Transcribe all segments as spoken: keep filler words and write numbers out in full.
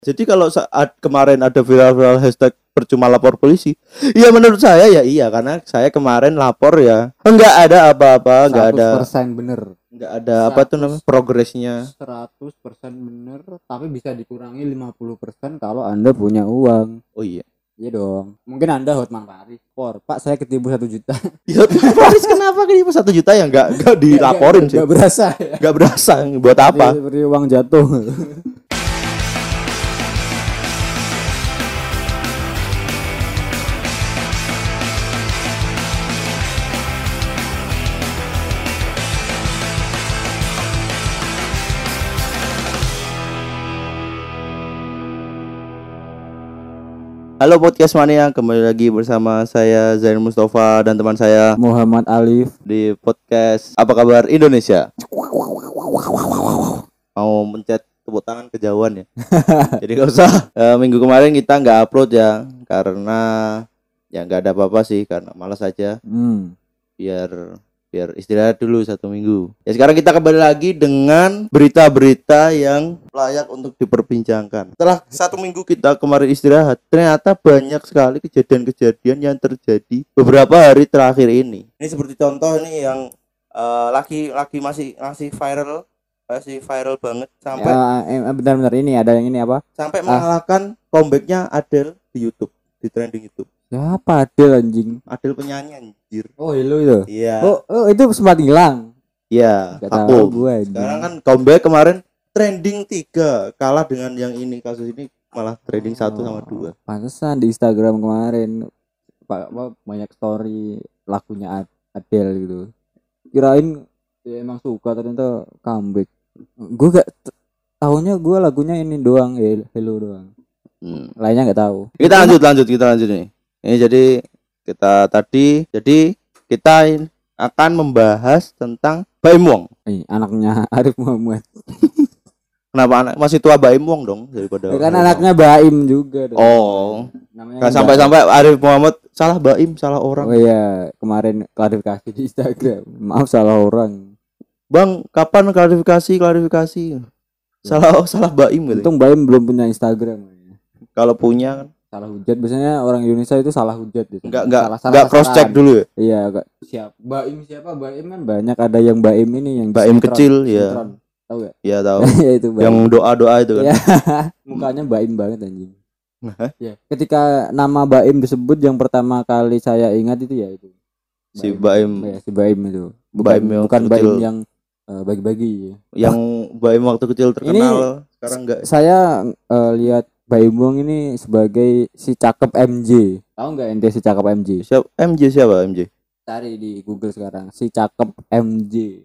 Jadi kalau saat kemarin ada viral-viral hashtag percuma lapor polisi, iya menurut saya ya iya, karena saya kemarin lapor ya enggak ada apa-apa, enggak ada seratus persen bener, enggak ada apa tuh namanya progresnya. seratus persen bener, tapi bisa dikurangi lima puluh persen kalau Anda punya uang. Oh iya. Iya dong. Mungkin Anda Hotman Paris. Por, Pak saya ketipu satu juta. Ya Paris kenapa ketipu satu juta ya enggak enggak dilaporin sih. Enggak berasa ya. Enggak berasa buat apa? Seperti uang jatuh. Halo Podcast Mania, kembali lagi bersama saya Zain Mustafa dan teman saya Muhammad Alif di podcast Apa Kabar Indonesia. Mau mencet tepuk tangan kejauhan ya. Jadi gak usah. E, minggu kemarin kita nggak upload ya karena ya nggak ada apa-apa sih, karena malas aja. Hmm. Biar biar istirahat dulu satu minggu. Ya sekarang kita kembali lagi dengan berita-berita yang layak untuk diperbincangkan. Setelah satu minggu kita kemarin istirahat, ternyata banyak sekali kejadian-kejadian yang terjadi beberapa hari terakhir ini. Ini seperti contoh ini yang uh, lagi lagi masih masih viral, masih viral banget sampai ya, eh, benar-benar ini ada yang ini apa? Sampai mengalahkan comebacknya Adele di YouTube, di trending YouTube. Siapa Adele anjing? Adele penyanyi anjir. Oh, itu itu. Iya. Oh, oh, itu sempat hilang. Iya, aku gua. Sekarang kan comeback, kemarin trending tiga, kalah dengan yang ini, kasus ini malah trending satu oh, sama dua. Pantesan di Instagram kemarin Pak apa banyak story lagunya Adele gitu. Kirain ya emang suka, ternyata comeback. Gue gak t- tahunya gue lagunya ini doang, ya Hello doang. Hmm. Lainnya nggak tahu. Kita lanjut lanjut kita lanjut nih. Ini jadi kita tadi jadi kita akan membahas tentang Baim Wong. Eh, anaknya Arif Muhammad. Kenapa anak masih tua Baim Wong dong daripada? Ya, kan anaknya Baim juga dong. Oh. Namanya kan sampai-sampai Arif Muhammad salah Baim, salah orang. Oh iya, kemarin klarifikasi di Instagram. Maaf salah orang. Bang, kapan klarifikasi klarifikasi? Salah oh, salah Baim gitu. Untung Baim belum punya Instagram. Kalau punya kan salah hujat, biasanya orang Indonesia itu salah hujat gitu. Enggak enggak enggak cross check dulu ya. Iya, enggak. Siap. Baim siapa? Baim kan banyak, ada yang Baim ini yang Baim kecil ya. Tahu enggak? Iya tahu. Ya itu Baim. Yang doa-doa itu kan. Mukanya Baim banget anjing. Ya, ketika nama Baim disebut yang pertama kali saya ingat itu ya itu. Baim. Si Baim. Ya, si Baim itu. Bukan Baim yang bukan kecil. Baim yang uh, bagi-bagi. Yang Baim waktu kecil terkenal, ini sekarang enggak. Saya uh, lihat Baim Wong ini sebagai si cakep M J. Tahu nggak ente si cakep M J? Siapa M J? Siapa M J? Cari di Google sekarang, si cakep M J.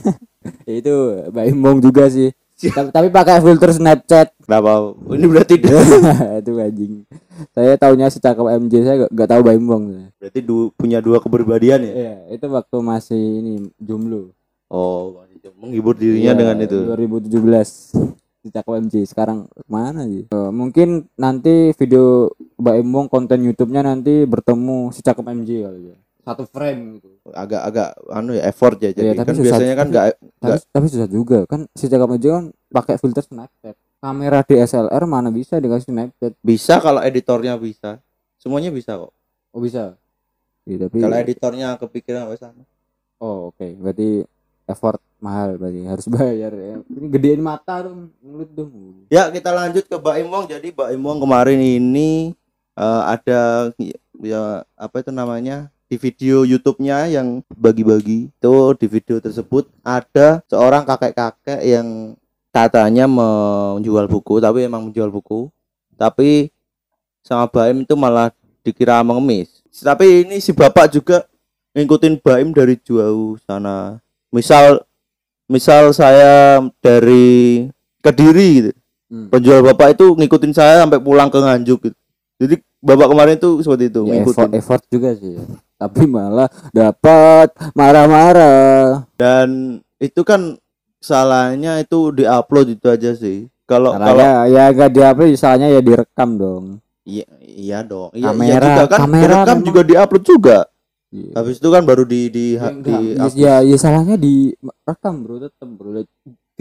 Itu Baim Wong juga sih. tapi, tapi pakai filter Snapchat. Kenapa? Ini berarti itu anjing. Saya taunya si cakep M J, saya nggak tahu Baim Wong. Berarti du- punya dua kepribadian ya? Iya, itu waktu masih ini jomblo. Oh, menghibur dirinya iya, dengan itu. dua ribu tujuh belas. Si cakep M J sekarang mana sih? Uh, mungkin nanti video Baim Wong konten YouTube-nya nanti bertemu si cakep M J kali ya. Satu frame gitu. Agak-agak anu ya effort ya, jadi ya, kan susah, biasanya kan enggak tapi, tapi susah juga kan si cakep M J kan pakai filter Snapchat. Kamera D S L R mana bisa dikasih Snapchat? Bisa kalau editornya bisa. Semuanya bisa kok. Oh bisa. Ya, tapi kalau editornya kepikiran sampai sana. Oh oke, okay. Berarti effort mahal, berarti harus bayar ya. Ini gedein mata dong, mulut dong. Ya kita lanjut ke Baim Wong. Jadi Baim Wong kemarin ini uh, ada ya apa itu namanya di video YouTube-nya yang bagi-bagi. Itu di video tersebut ada seorang kakek-kakek yang katanya menjual buku, tapi emang menjual buku. Tapi sama Baim itu malah dikira mengemis. Tapi ini si bapak juga ngikutin Baim dari jauh sana. Misal misal saya dari Kediri gitu. Hmm. Penjual bapak itu ngikutin saya sampai pulang ke Nganjuk gitu. Jadi bapak kemarin itu seperti itu, ya, effort, effort juga sih. Tapi malah dapat marah-marah. Dan itu kan salahnya itu diupload itu aja sih. Kalau kalau ya enggak diupload, salahnya ya direkam dong. Iya iya dong. Iya, kamera, iya juga kan direkam juga diupload juga. Iya. Habis itu kan baru di di, ya, di ya, ya, ya salahnya direkam bro, tetap bro.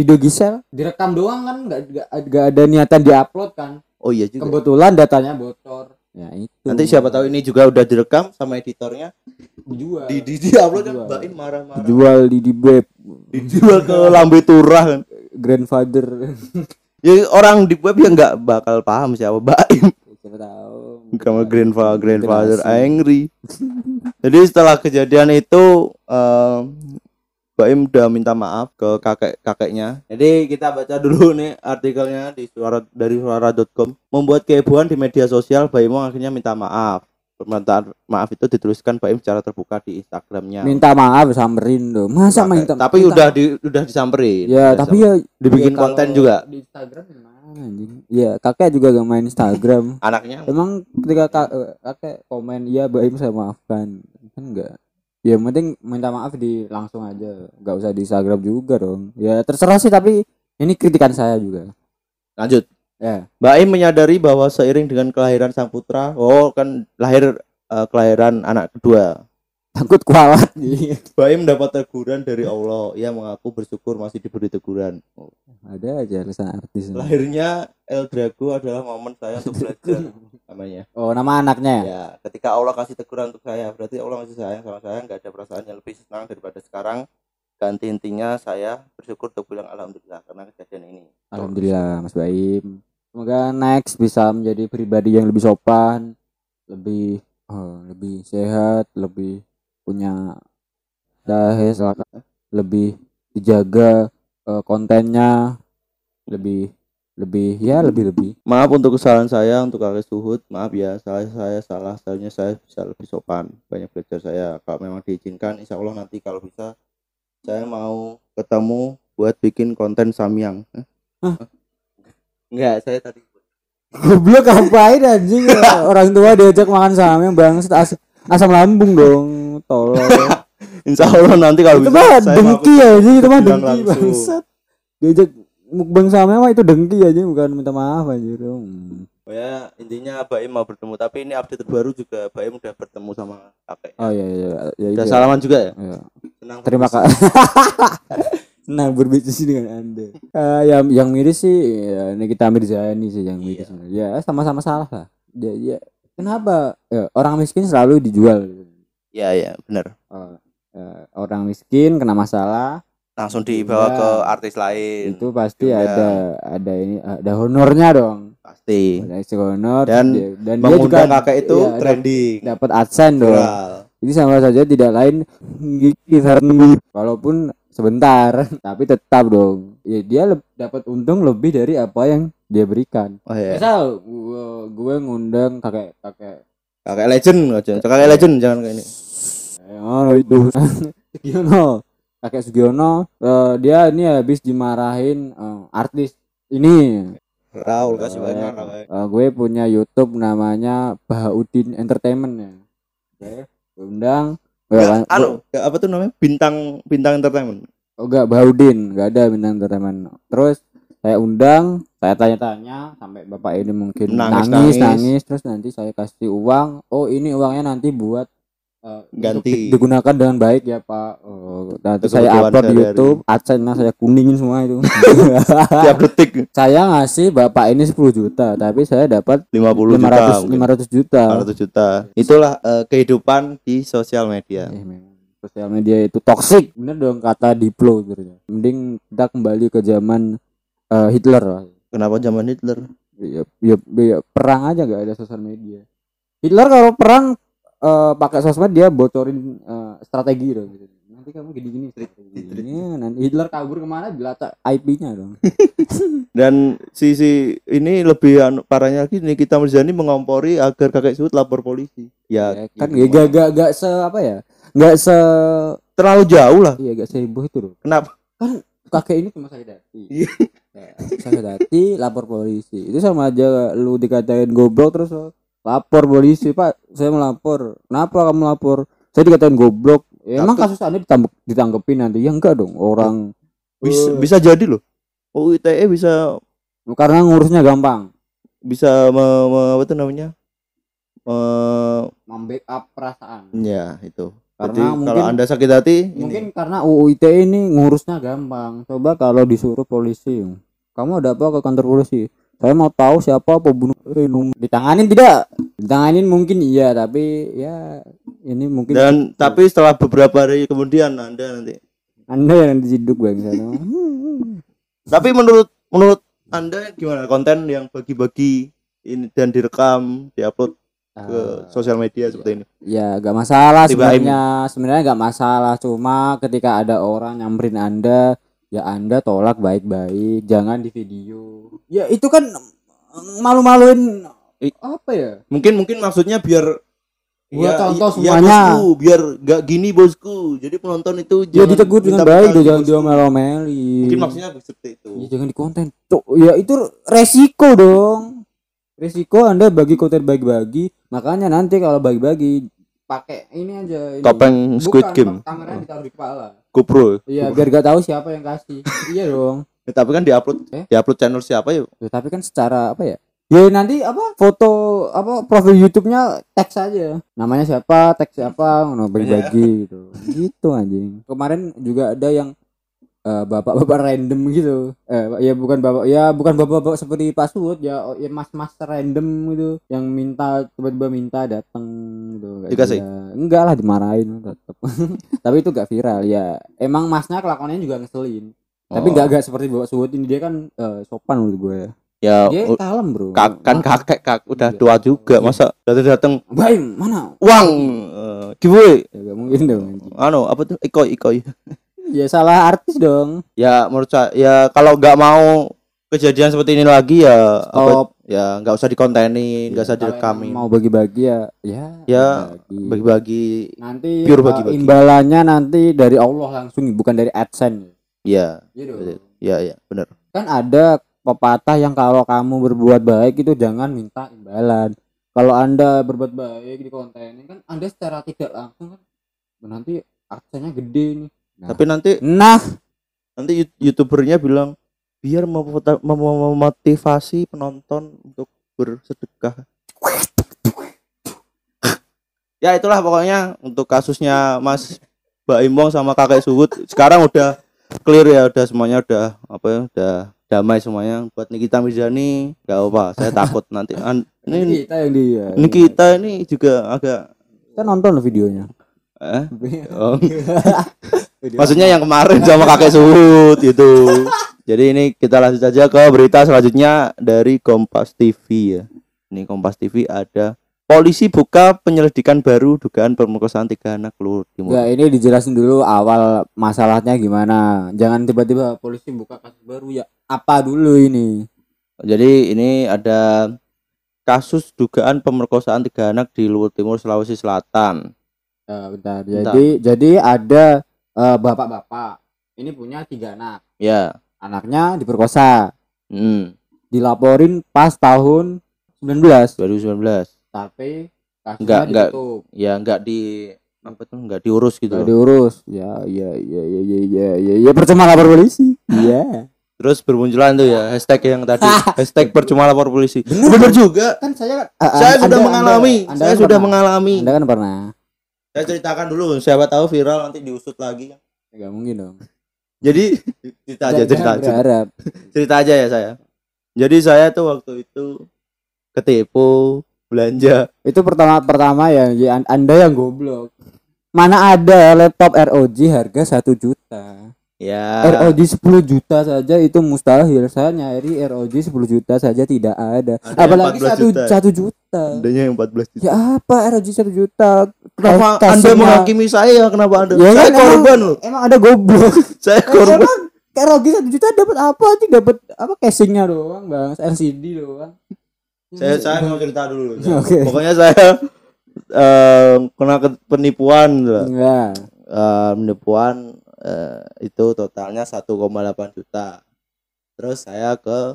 video Gisel direkam doang kan, nggak nggak nggak ada niatan diupload kan. Oh iya juga. Kebetulan datanya bocor. Ya itu. Nanti siapa tahu ini juga udah direkam sama editornya. Dijual. Di di, di upload kan Dijual. Mbak In marah-marah. Dijual di di web. Dijual ke Lambe Turah kan. Grandfather. Ya orang di web ya nggak bakal paham siapa Mbak In. Siapa tahu. Sama grandfather grandfather Generasi. angry. Jadi setelah kejadian itu um, Mbak Im udah minta maaf ke kakek-kakeknya. Jadi kita baca dulu nih artikelnya di suara dari suara dot com. Membuat kehebohan di media sosial, Mbak Im akhirnya minta maaf. Permintaan maaf itu dituliskan Mbak Im secara terbuka di Instagramnya. Minta maaf samperin dong. Masa Pakai- minta tapi minta- udah di udah disamperin. Ya, Udah tapi disamperin. ya dibikin ya kalau konten juga. Di Instagram gimana anjing? Ya, kakek juga gak main Instagram. Anaknya Emang ketika kak- eh, kakek komen iya Baim saya maafkan kan enggak, ya yang penting minta maaf di langsung aja, nggak usah di Instagram juga dong, ya terserah sih, tapi ini kritikan saya juga. lanjut. Ya, Mbak Im menyadari bahwa seiring dengan kelahiran sang putra, oh kan lahir eh, kelahiran anak kedua. takut kualat. Mbak Im mendapat teguran dari Allah. Ia mengaku bersyukur masih diberi teguran. Oh. Ada aja alasan artis. Lahirnya El Drago adalah momen saya untuk belajar namanya. Oh, nama anaknya ya? Ya, ketika Allah kasih teguran untuk saya, berarti Allah masih sayang sama saya, nggak ada perasaan yang lebih senang daripada sekarang. Ganti intinya saya bersyukur untuk bilang alhamdulillah karena kejadian ini. Alhamdulillah Mas Baim. Semoga next bisa menjadi pribadi yang lebih sopan, lebih oh, lebih sehat, lebih punya dahe, lebih dijaga eh, kontennya, lebih lebih ya lebih lebih. Maaf untuk kesalahan saya untuk kakek Suhud. Maaf ya, salah saya salah. Seharusnya saya bisa lebih sopan. Banyak belajar saya. Kalau memang diizinkan, insya Allah nanti kalau bisa saya mau ketemu buat bikin konten Samyang. Hah? Hah? Enggak, saya tadi. Goblok ngapain anjing? Orang tua diajak makan sama yang bangsat as asam lambung dong. Tolong. Insya Allah nanti kalau Itu bisa mah saya dengki mau aja, itu mah bilang dengki langsung. bangsat. Diajak mukbang sama mah itu dengki aja, bukan minta maaf aja dong. Oh ya, intinya Baim mau bertemu, tapi ini update terbaru juga Baim udah bertemu sama kakek. Oh iya iya ya, Udah iya. salaman juga ya? Iya. Senang. Terima kasih. Senang berbisnis dengan Anda. Eh, yang yang miris sih ya, Nikita Mirzani sih yang miris. Iya. Ya sama-sama salah lah. Ya, ya. Kenapa ya, orang miskin selalu dijual? Iya, iya, benar. Oh, eh, orang miskin kena masalah Langsung dibawa Iya. ke artis lain. itu pasti Diundang. ada ada ini ada honornya dong. Pasti. Ada isi honor Dan dia- dan dia juga Mengundang kakek itu iya, trending. dapat adsense dong. Viral. Jadi sama saja tidak lain walaupun sebentar tapi tetap dong. Ya dia le- dapat untung lebih dari apa yang dia berikan. Oh iya. Misal gue, gue ngundang kakek kakek Kakek legend aja. Kakek legend jangan kayak ini. oh itu Sugiono, kakek Sugiono, eh, dia ini habis dimarahin eh, artis ini. Raul kasih Eh, banyak. eh, gue punya YouTube namanya Bahaudin Entertainment ya. Oke, gue undang. Enggak, Eh, anu, enggak apa tuh namanya? Bintang bintang entertainment. Oh enggak, Bahaudin, enggak ada bintang entertainment. Terus saya undang, saya tanya-tanya sampai bapak ini mungkin Nangis, nangis, nangis. nangis, terus nanti saya kasih uang. Oh ini uangnya nanti buat eh, untuk Ganti. di- digunakan dengan baik ya Pak. Oh, nanti Untuk saya kebutuhan upload di sehari-hari. YouTube, adsense saya kuningin semua itu. Tiap detik Saya ngasih bapak ini sepuluh juta, tapi saya dapat lima puluh lima juta. ratus mungkin. lima ratus juta. lima ratus juta. Itulah eh, kehidupan di sosial media. Eh, memang sosial media itu toksik. Bener dong kata Diplo sebenarnya. Mending kita kembali ke zaman eh, Hitler lah. Kenapa zaman Hitler? Ya, ya, ya, perang aja gak ada sosial media. Hitler kalau perang eh, pakai sosmed dia bocorin eh, strategi dong. Gitu. Nanti kamu gini-gini strategi. Ini nanti Hitler kabur kemana dilacak I P-nya dong. Dan sisi ini lebih anu, parahnya lagi Nikita Mirzani mengompori agar kakek Suhud lapor polisi. Ya, Ya, kan gitu. gak, gak, gak se apa ya? Gak se terlalu jauh lah. iya gak seheboh itu loh. Kenapa? Kakek ini cuma saya dati. Iya. Ya, saya dati lapor polisi. Itu sama aja lu dikatain goblok terus lo lapor polisi, Pak. Saya melapor. Kenapa kamu lapor? Saya dikatain goblok. Ya, emang Tapi- kasus Anda ditambah ditanggepin nanti? Ya enggak dong. Orang Bisa eh, bisa jadi loh. U I T E bisa karena ngurusnya gampang. bisa me, me- apa tuh namanya? Me, Membackup perasaan. ya itu. Jadi Karena mungkin kalau Anda sakit hati mungkin ini. karena U U I T E ini ngurusnya gampang. Coba kalau disuruh polisi, kamu ada apa ke kantor polisi? Saya mau tahu siapa pembunuh Reno. Ditanganin tidak? Ditanganin mungkin iya, tapi ya ini mungkin Dan tapi setelah beberapa hari kemudian Anda nanti. Anda yang diciduk bang. Tapi menurut menurut Anda gimana konten yang bagi-bagi ini dan direkam, diupload ke sosial media seperti ini? Ya gak masalah Tiba sebenarnya. Sebenarnya gak masalah, cuma ketika ada orang nyamperin Anda, ya Anda tolak baik-baik, jangan di video. Ya itu kan malu-maluin I- apa ya? Mungkin mungkin maksudnya biar Buat contoh iya, semuanya. bosku, biar gak gini bosku. Jadi penonton itu Ya jangan ditegur dengan minta-minta baik lagi, tuh, jangan bosku. diomel-omeli. Mungkin maksudnya seperti itu. Ya, jangan di konten. Tuh, ya itu resiko dong. Resiko Anda bagi konten bagi-bagi, makanya nanti kalau bagi-bagi pakai ini aja ini. Topeng Squid Bukan, Game. kameranya ditaruh di kepala. GoPro. Iya, biar gak tahu siapa yang kasih. Iya dong. Ya, tapi kan diupload, Eh? diupload channel siapa yuk? Ya, tapi kan secara apa ya? Ya nanti apa foto apa profil YouTube-nya teks aja. Namanya siapa, teks siapa, ngono bagi-bagi gitu. Gitu anjing. Kemarin juga ada yang eh, bapak-bapak random gitu. Eh ya bukan bapak ya bukan bapak-bapak seperti Pak Suud ya, oh, ya mas-mas random gitu yang minta tiba-tiba minta datang gitu. Gak Dikasih? dia- Enggak lah, dimarahin tetap. Tapi itu gak viral ya. Emang masnya kelakuannya juga ngeselin. Tapi Oh. enggak enggak seperti Bapak Suud ini, dia kan eh, sopan menurut gue ya. Ya Dia u- kalem bro. kak- kan Nah, kakek kak udah Iya. tua juga, masa datang-datang Baim mana? uang uh, giveaway Ya gak mungkin dong. anjing. anu apa tuh ikoi ikoi. Ya salah artis dong. Ya menurut saya ya kalau nggak mau kejadian seperti ini lagi ya apa, Stop. ya nggak usah dikonteni, nggak usah Kalau direkamin. emang mau bagi-bagi ya, ya. Ya, bagi. Bagi-bagi Nanti pure eh, bagi-bagi. imbalannya nanti dari Allah langsung, bukan dari AdSense. ya Gitu. ya ya benar. Kan ada pepatah yang kalau kamu berbuat baik itu jangan minta imbalan. Kalau Anda berbuat baik di konten kan Anda secara tidak langsung kan nanti AdSense-nya gede nih. Nah. Tapi nanti Nah, nanti Yout- youtubernya bilang biar memota- mem- mem- memotivasi penonton untuk bersedekah. Ya itulah pokoknya untuk kasusnya Mas Baim Wong sama kakek Suhut sekarang udah clear ya, udah semuanya udah apa ya, udah damai semuanya. Buat Nikita Mirzani nggak apa, saya takut nanti an- ini kita yang dia. ini kita ini juga agak Kita nonton loh videonya. eh oh. Maksudnya yang kemarin sama kakek Suhut itu. Jadi ini kita lanjut saja ke berita selanjutnya dari Kompas T V ya. Ini Kompas T V ada polisi buka penyelidikan baru dugaan pemerkosaan tiga anak Luhur Timur. Enggak, ini dijelasin dulu awal masalahnya gimana. Jangan tiba-tiba polisi buka kasus baru ya. Apa dulu ini? Jadi ini ada kasus dugaan pemerkosaan tiga anak di Luhur Timur Sulawesi Selatan. Ya, bentar. Bentar. Jadi jadi ada eh, bapak-bapak. Ini punya tiga anak. Ya. Anaknya diperkosa. Hmm. Dilaporin pas tahun sembilan belas. dua ribu sembilan belas. Tapi kasusnya Enggak, enggak. ditutup. Ya enggak di apa tuh enggak diurus gitu. Nggak loh. diurus. Ya, ya, ya, ya, ya, ya, ya, ya, percuma lapor polisi. Iya. Terus bermunculan tuh ya hashtag yang tadi hashtag percuma lapor polisi. Benar juga. Kan saya Saya sudah mengalami. Saya sudah mengalami. Anda kan pernah. Saya ceritakan dulu, siapa tahu viral nanti diusut lagi. Enggak mungkin dong. Jadi cerita aja, Jangan cerita aja, berharap. cerita aja ya saya. Jadi saya tuh waktu itu ketipu belanja. Itu pertama pertama ya, ya an- Anda yang goblok. Mana ada laptop R O G harga satu juta. Ya. R O G sepuluh juta saja itu mustahil. Saya nyari R O G sepuluh juta saja tidak ada. Ada yang Apalagi empat belas satu juta. satu juta. Adanya yang empat belas juta. Ya apa R O G satu juta? Kenapa Casingnya- Anda menghakimi saya? Kenapa Anda? Ya saya kan, korban emang, loh. emang ada goblok. Saya Eh, korban. emang R O G satu juta dapat apa sih? Dapat apa casingnya doang, Bang. L C D doang. Saya saya mau cerita dulu. Oke. Pokoknya saya eh, kena ke- penipuan lah. Enggak. Eh, penipuan eh, itu totalnya satu koma delapan juta. Terus saya ke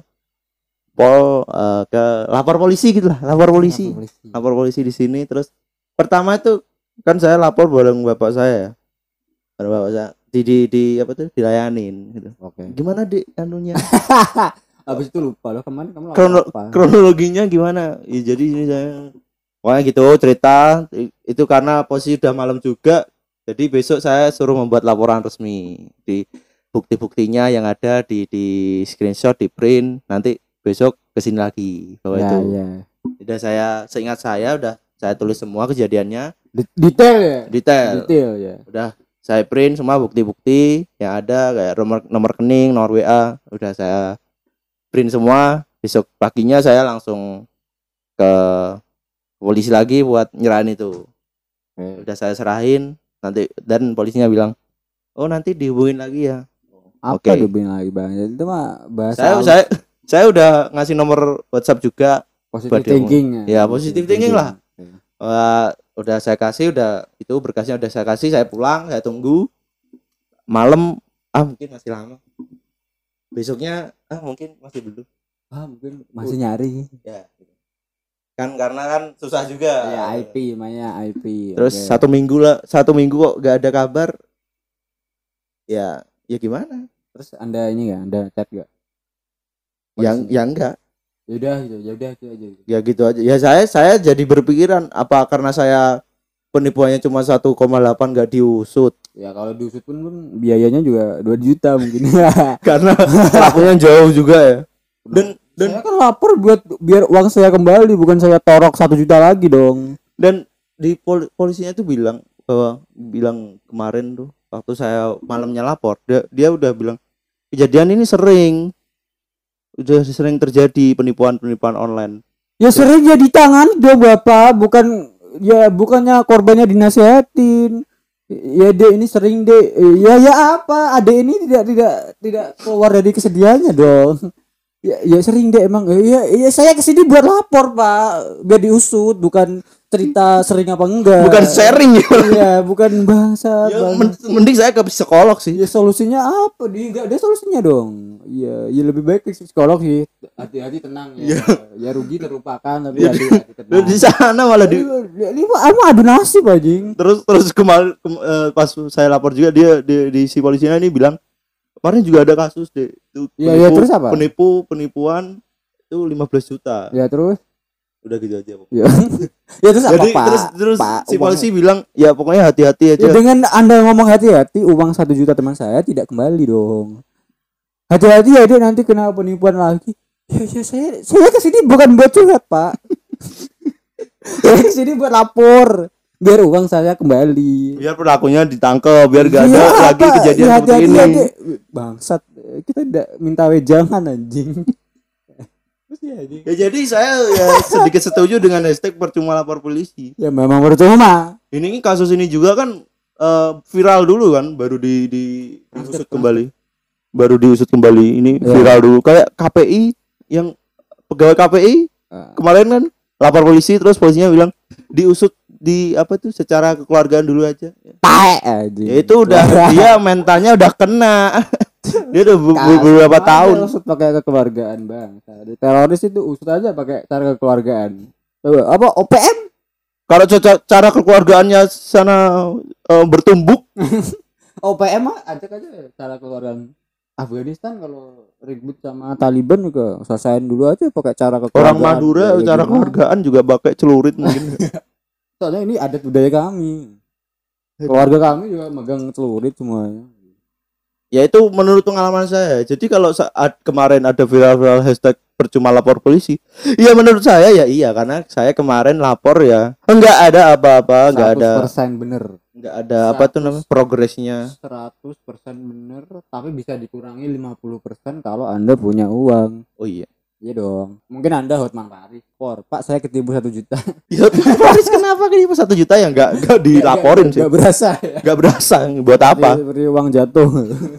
pol eh, ke lapor polisi gitu lah, lapor polisi. Lapor polisi di sini. Terus pertama itu kan saya lapor bareng bapak saya ya. Bareng bapak saya di di, di apa tuh dilayanin gitu. Oke. Gimana Dik anunya? Habis itu lupa loh kemarin kamu lapor Krono- apa? Kronologinya gimana? Ya, jadi ini saya pokoknya gitu cerita I- itu karena posisi udah malam juga. Jadi besok saya suruh membuat laporan resmi. Di bukti-buktinya yang ada di di screenshot, di print, nanti besok kesini lagi bahwa Ya, itu. ya. Udah saya seingat saya udah saya tulis semua kejadiannya, De- detail ya. detail. Detail ya. Udah saya print semua bukti-bukti yang ada kayak nomor nomor rekening, nomor W A, udah saya print semua. Besok paginya saya langsung ke polisi lagi buat nyerahin itu. Oke. Udah saya serahin nanti dan polisinya bilang, "Oh, nanti dihubungin lagi ya." Apa Oke. dihubungin lagi Bang? Jadi itu mah bahasa Saya halus, saya saya udah ngasih nomor WhatsApp juga. positive buat dia- thinking Ya, positive thinking lah. Oke. Uh, udah saya kasih, udah itu berkasnya udah saya kasih, saya pulang, saya tunggu. Malam ah mungkin masih lama. Besoknya ah mungkin masih belum. Ah, mungkin masih nyari. Ya. Kan karena kan susah juga. Ya I P, namanya I P. Terus Oke. satu minggu lah, satu minggu kok gak ada kabar. Ya, ya gimana? Terus Anda ini enggak? Anda chat enggak? Yang Polisi. ya enggak. Ya udah gitu, ya udah gitu aja. Ya gitu aja. Ya saya saya jadi berpikiran apa karena saya penipuannya cuma satu koma delapan gak diusut. Ya kalau diusut pun, pun biayanya juga dua juta mungkin. Karena pelakunya jauh juga ya. Dan dan Saya kan lapor buat biar uang saya kembali, bukan saya torok satu juta lagi dong. dan di pol- polisinya tuh bilang bahwa bilang kemarin tuh waktu saya malamnya lapor, dia dia udah bilang kejadian ini sering udah sering terjadi penipuan-penipuan online. Ya sering ya ditangani dong Bapak, bukan ya bukannya korbannya dinasihatin. Ya dek ini sering dek. Ya ya apa? Adek ini tidak tidak tidak keluar dari kesedihannya dong. Ya, ya sering deh emang. Ya, ya saya kesini buat lapor Pak, biar diusut, bukan cerita sering apa enggak. Bukan sharing ya. Iya, bukan bangsa. Ya, bang- men- mending saya ke psikolog sih. Ya solusinya apa? Dia enggak ada solusinya dong. Iya, ya lebih baik ke psikolog sih. Hati-hati tenang ya. Ya rugi terlupakan tapi Ya, hati-hati Dan tenang. di sana malah di Ini apa adu nasib anjing. terus terus kemarin kem- eh, pas saya lapor juga dia di, di si polisinya ini bilang kemarin juga ada kasus deh itu Iya, iya, terus apa? penipu penipuan itu lima belas juta Ya terus udah gitu aja pokoknya. ya. Ya terus apa Jadi Pak? terus terus Pak, si uang- polisi bilang ya pokoknya hati-hati aja. Ya dengan Anda ngomong hati-hati, uang satu juta teman saya tidak kembali dong. Hati-hati ya dia nanti kena penipuan lagi. Ya, ya saya saya kesini bukan buat curhat Pak. Saya kesini buat lapor biar uang saya kembali. Biar pelakunya ditangkap, biar gak ada Iya, lagi Pak. kejadian Ya, seperti hati-hati ini. ya, Dek. Bangsat, kita tidak minta wejangan anjing. Terus ya, anjing. Ya jadi saya ya sedikit setuju dengan hashtag percuma lapor polisi. Ya memang percuma. Ini kasus ini juga kan eh, viral dulu kan, baru di, di diusut kembali. Baru diusut kembali. Ini Ya. viral dulu kayak K P I yang pegawai K P I Ah. kemarin kan lapor polisi terus polisinya bilang diusut di apa tuh secara kekeluargaan dulu aja. Tae anjing. Ya itu udah dia mentalnya udah kena. Dia udah be- be- beberapa Ada tahun. usut pakai kekeluargaan bang. Di teroris itu usut aja pakai cara kekeluargaan. Coba apa O P M? Kalau ca- cara kekeluargaannya sana eh, bertumbuk, O P M mah ajak aja cara kekeluargaan. Afghanistan kalau ribut sama Taliban juga selesaiin dulu aja pakai cara kekeluargaan. orang Madura Ya, cara gimana? kekeluargaan juga pakai celurit mungkin. Soalnya ini adat budaya kami. Keluarga kami juga megang celurit semuanya. Ya itu menurut pengalaman saya. Jadi kalau saat kemarin ada viral-viral hashtag percuma lapor polisi, ya menurut saya ya iya karena saya kemarin lapor ya enggak ada apa-apa, enggak ada seratus persen bener. enggak ada apa tuh namanya progresnya. seratus persen bener tapi bisa dikurangi lima puluh persen kalau Anda punya uang. Oh iya. Iya dong. Mungkin Anda Hotman Paris. Por, Pak saya ketipu satu juta. Ya Paris kenapa kayak satu juta ya enggak enggak dilaporin sih. Gak berasa ya. Enggak berasa buat apa? Seperti uang jatuh.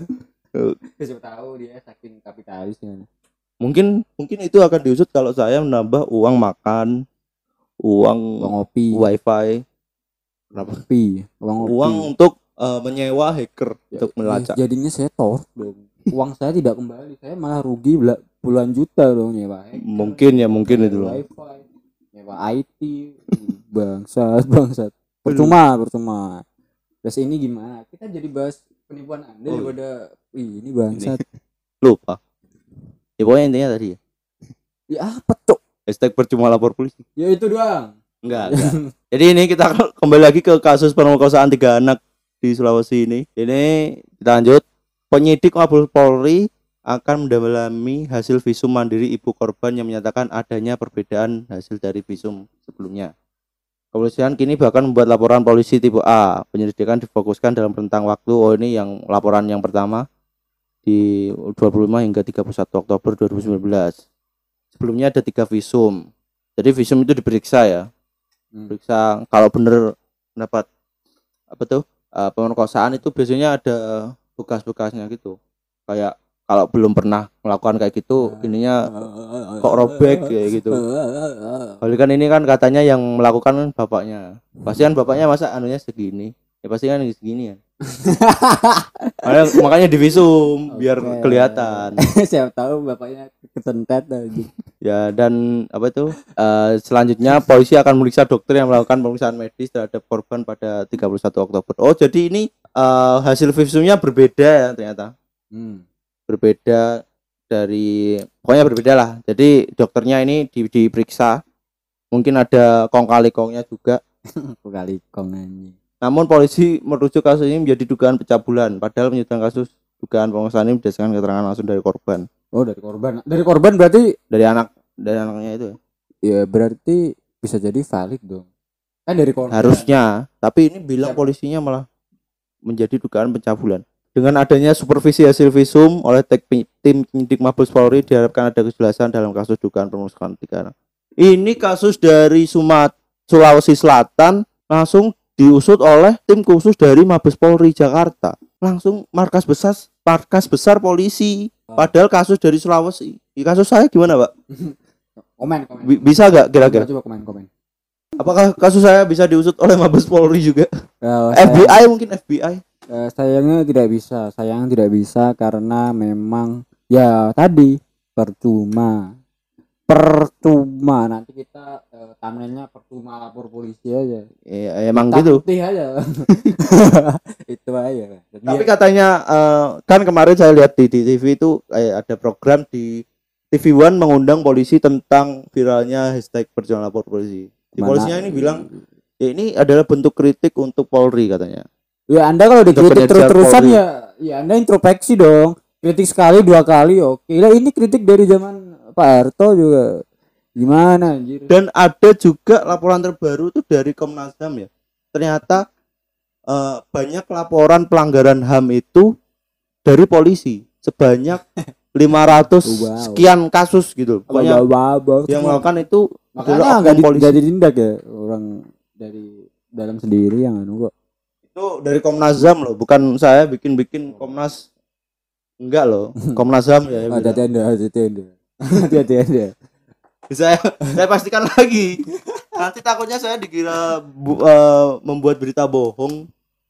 Siapa tahu dia saking kapitalisnya. Mungkin mungkin itu akan diusut kalau saya menambah uang makan, uang Uang ngopi. wifi, kenapa? Ngopi. Uang ngopi. Uang untuk eh, menyewa hacker Ya, untuk melacak. ya, jadinya saya torok dong. Uang saya tidak kembali. Saya malah rugi bela- puluhan juta dong nyewa hacker. Mungkin ya mungkin itu loh. Wifi, nyewa I T, bangsat, bangsat. Percuma, percuma. Terus ini gimana? Kita jadi bahas penipuan Anda Oh. daripada Ih, ini bangsat. Lupa. Ya pokoknya intinya tadi ya. Ya apa cok? Hashtag percuma lapor polisi. Ya itu doang. Enggak, enggak. Jadi ini kita kembali lagi ke kasus pemerkosaan tiga anak di Sulawesi ini. Ini kita lanjut. Penyidik Mabes Polri akan mendalami hasil visum mandiri ibu korban yang menyatakan adanya perbedaan hasil dari visum sebelumnya. Kepolisian kini bahkan membuat laporan polisi tipe A. Penyelidikan difokuskan dalam rentang waktu. Oh, ini yang laporan yang pertama di dua puluh lima hingga tiga puluh satu Oktober dua ribu sembilan belas. Sebelumnya ada tiga visum. Jadi visum itu diperiksa ya. Hmm. Periksa kalau benar mendapat apa tuh uh, pemerkosaan itu biasanya ada bekas-bekasnya gitu. Kayak kalau belum pernah melakukan kayak gitu, ininya kok robek kayak gitu. Kalau kan ini kan katanya yang melakukan bapaknya. Pasti kan bapaknya masa anunya segini. Ya pasti kan segini ya. makanya, makanya divisum okay. Biar kelihatan. Siapa tahu bapaknya ketentet aja. Ya dan apa itu? Uh, selanjutnya polisi akan memeriksa dokter yang melakukan pemeriksaan medis terhadap korban pada tiga puluh satu Oktober. Oh, jadi ini uh, hasil visumnya berbeda ya ternyata. Hmm. Berbeda dari pokoknya berbeda lah. Jadi dokternya ini di, diperiksa. Mungkin ada kong kali kongnya juga. Kong kali kong anjing. Namun polisi merujuk kasus ini menjadi dugaan pencabulan, padahal penyidikan kasus dugaan pemeriksaan ini berdasarkan keterangan langsung dari korban. Oh, dari korban. Dari korban berarti dari anak dari anaknya itu. Ya berarti bisa jadi valid dong. Kan dari korban. Harusnya, tapi ini bilang polisinya malah menjadi dugaan pencabulan. Dengan adanya supervisi hasil visum oleh tim penyidik Mabes Polri diharapkan ada kejelasan dalam kasus dugaan pemerkosaan tiga anak. Ini kasus dari Sumat Sulawesi Selatan langsung diusut oleh tim khusus dari Mabes Polri Jakarta. Langsung markas besar markas besar polisi. Padahal kasus dari Sulawesi. Di kasus saya gimana, Pak? Komen, komen. B- bisa gak kira-kira? Coba komen, komen. Apakah kasus saya bisa diusut oleh Mabes Polri juga? Uh, F B I sayang, mungkin F B I. Uh, sayangnya tidak bisa, sayang tidak bisa karena memang ya tadi percuma. Percuma nanti kita uh, thumbnailnya percuma lapor polisi aja. Iya, emang kita gitu. Putih aja. Itu aja. Tapi katanya uh, kan kemarin saya lihat di, di T V itu kayak ada program di T V One mengundang polisi tentang viralnya hashtag perjuangan lapor polisi. Di polisinya ini bilang ya ini adalah bentuk kritik untuk Polri katanya. Ya Anda kalau dikritik terus-terusan ya, ya Anda introspeksi dong. Kritik sekali dua kali oke. Lah ini kritik dari zaman Pak Harto juga gimana anjir. Dan ada juga laporan terbaru tuh dari Komnas H A M ya. Ternyata uh, banyak laporan pelanggaran H A M itu dari polisi sebanyak lima ratus wow. sekian kasus gitu. Banyak wow, wow, wow. yang melakukan itu makanya enggak di, jadi tindak ya orang dari dalam sendiri yang anu kok. Itu dari Komnas H A M loh, bukan saya bikin-bikin Komnas. Enggak loh, Komnas H A M ya. Hati-hati Anda, hati-hati Anda. Hati-hati Anda. Saya saya pastikan lagi. Nanti takutnya saya dikira bu, uh, membuat berita bohong.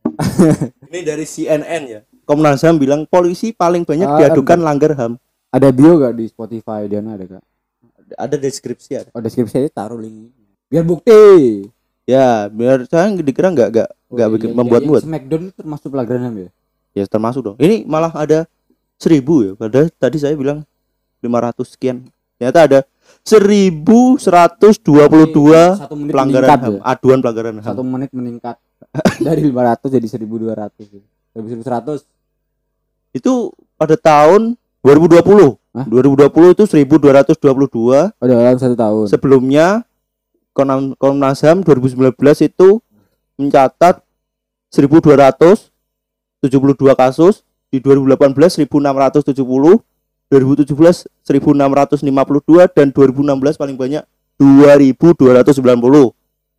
Ini dari C N N ya. Komnas H A M bilang polisi paling banyak ah, diadukan ada. Langgar H A M. Ada bio gak di Spotify dia ada gak? Ada deskripsi ada. Oh deskripsi aja taruh link. Biar bukti. Ya, biar saya dikira enggak enggak enggak oh, bikin iya, membuat-buat. Iya, Smackdown itu termasuk pelanggaran H A M ya? Ya termasuk dong. Ini malah ada seribu ya. Padahal tadi saya bilang lima ratus sekian. Ternyata ada seribu seratus dua puluh dua pelanggaran H A M, ya? Aduan pelanggaran H A M. Satu menit meningkat dari lima ratus jadi seribu dua ratus. seribu seratus. Itu pada tahun dua ribu dua puluh. Hah? dua ribu dua puluh itu seribu dua ratus dua puluh dua. Oh, dalam satu tahun. Sebelumnya Komnas H A M dua ribu sembilan belas itu mencatat seribu dua ratus tujuh puluh dua kasus, di dua ribu delapan belas seribu enam ratus tujuh puluh, dua ribu tujuh belas seribu enam ratus lima puluh dua dan dua ribu enam belas paling banyak dua ribu dua ratus sembilan puluh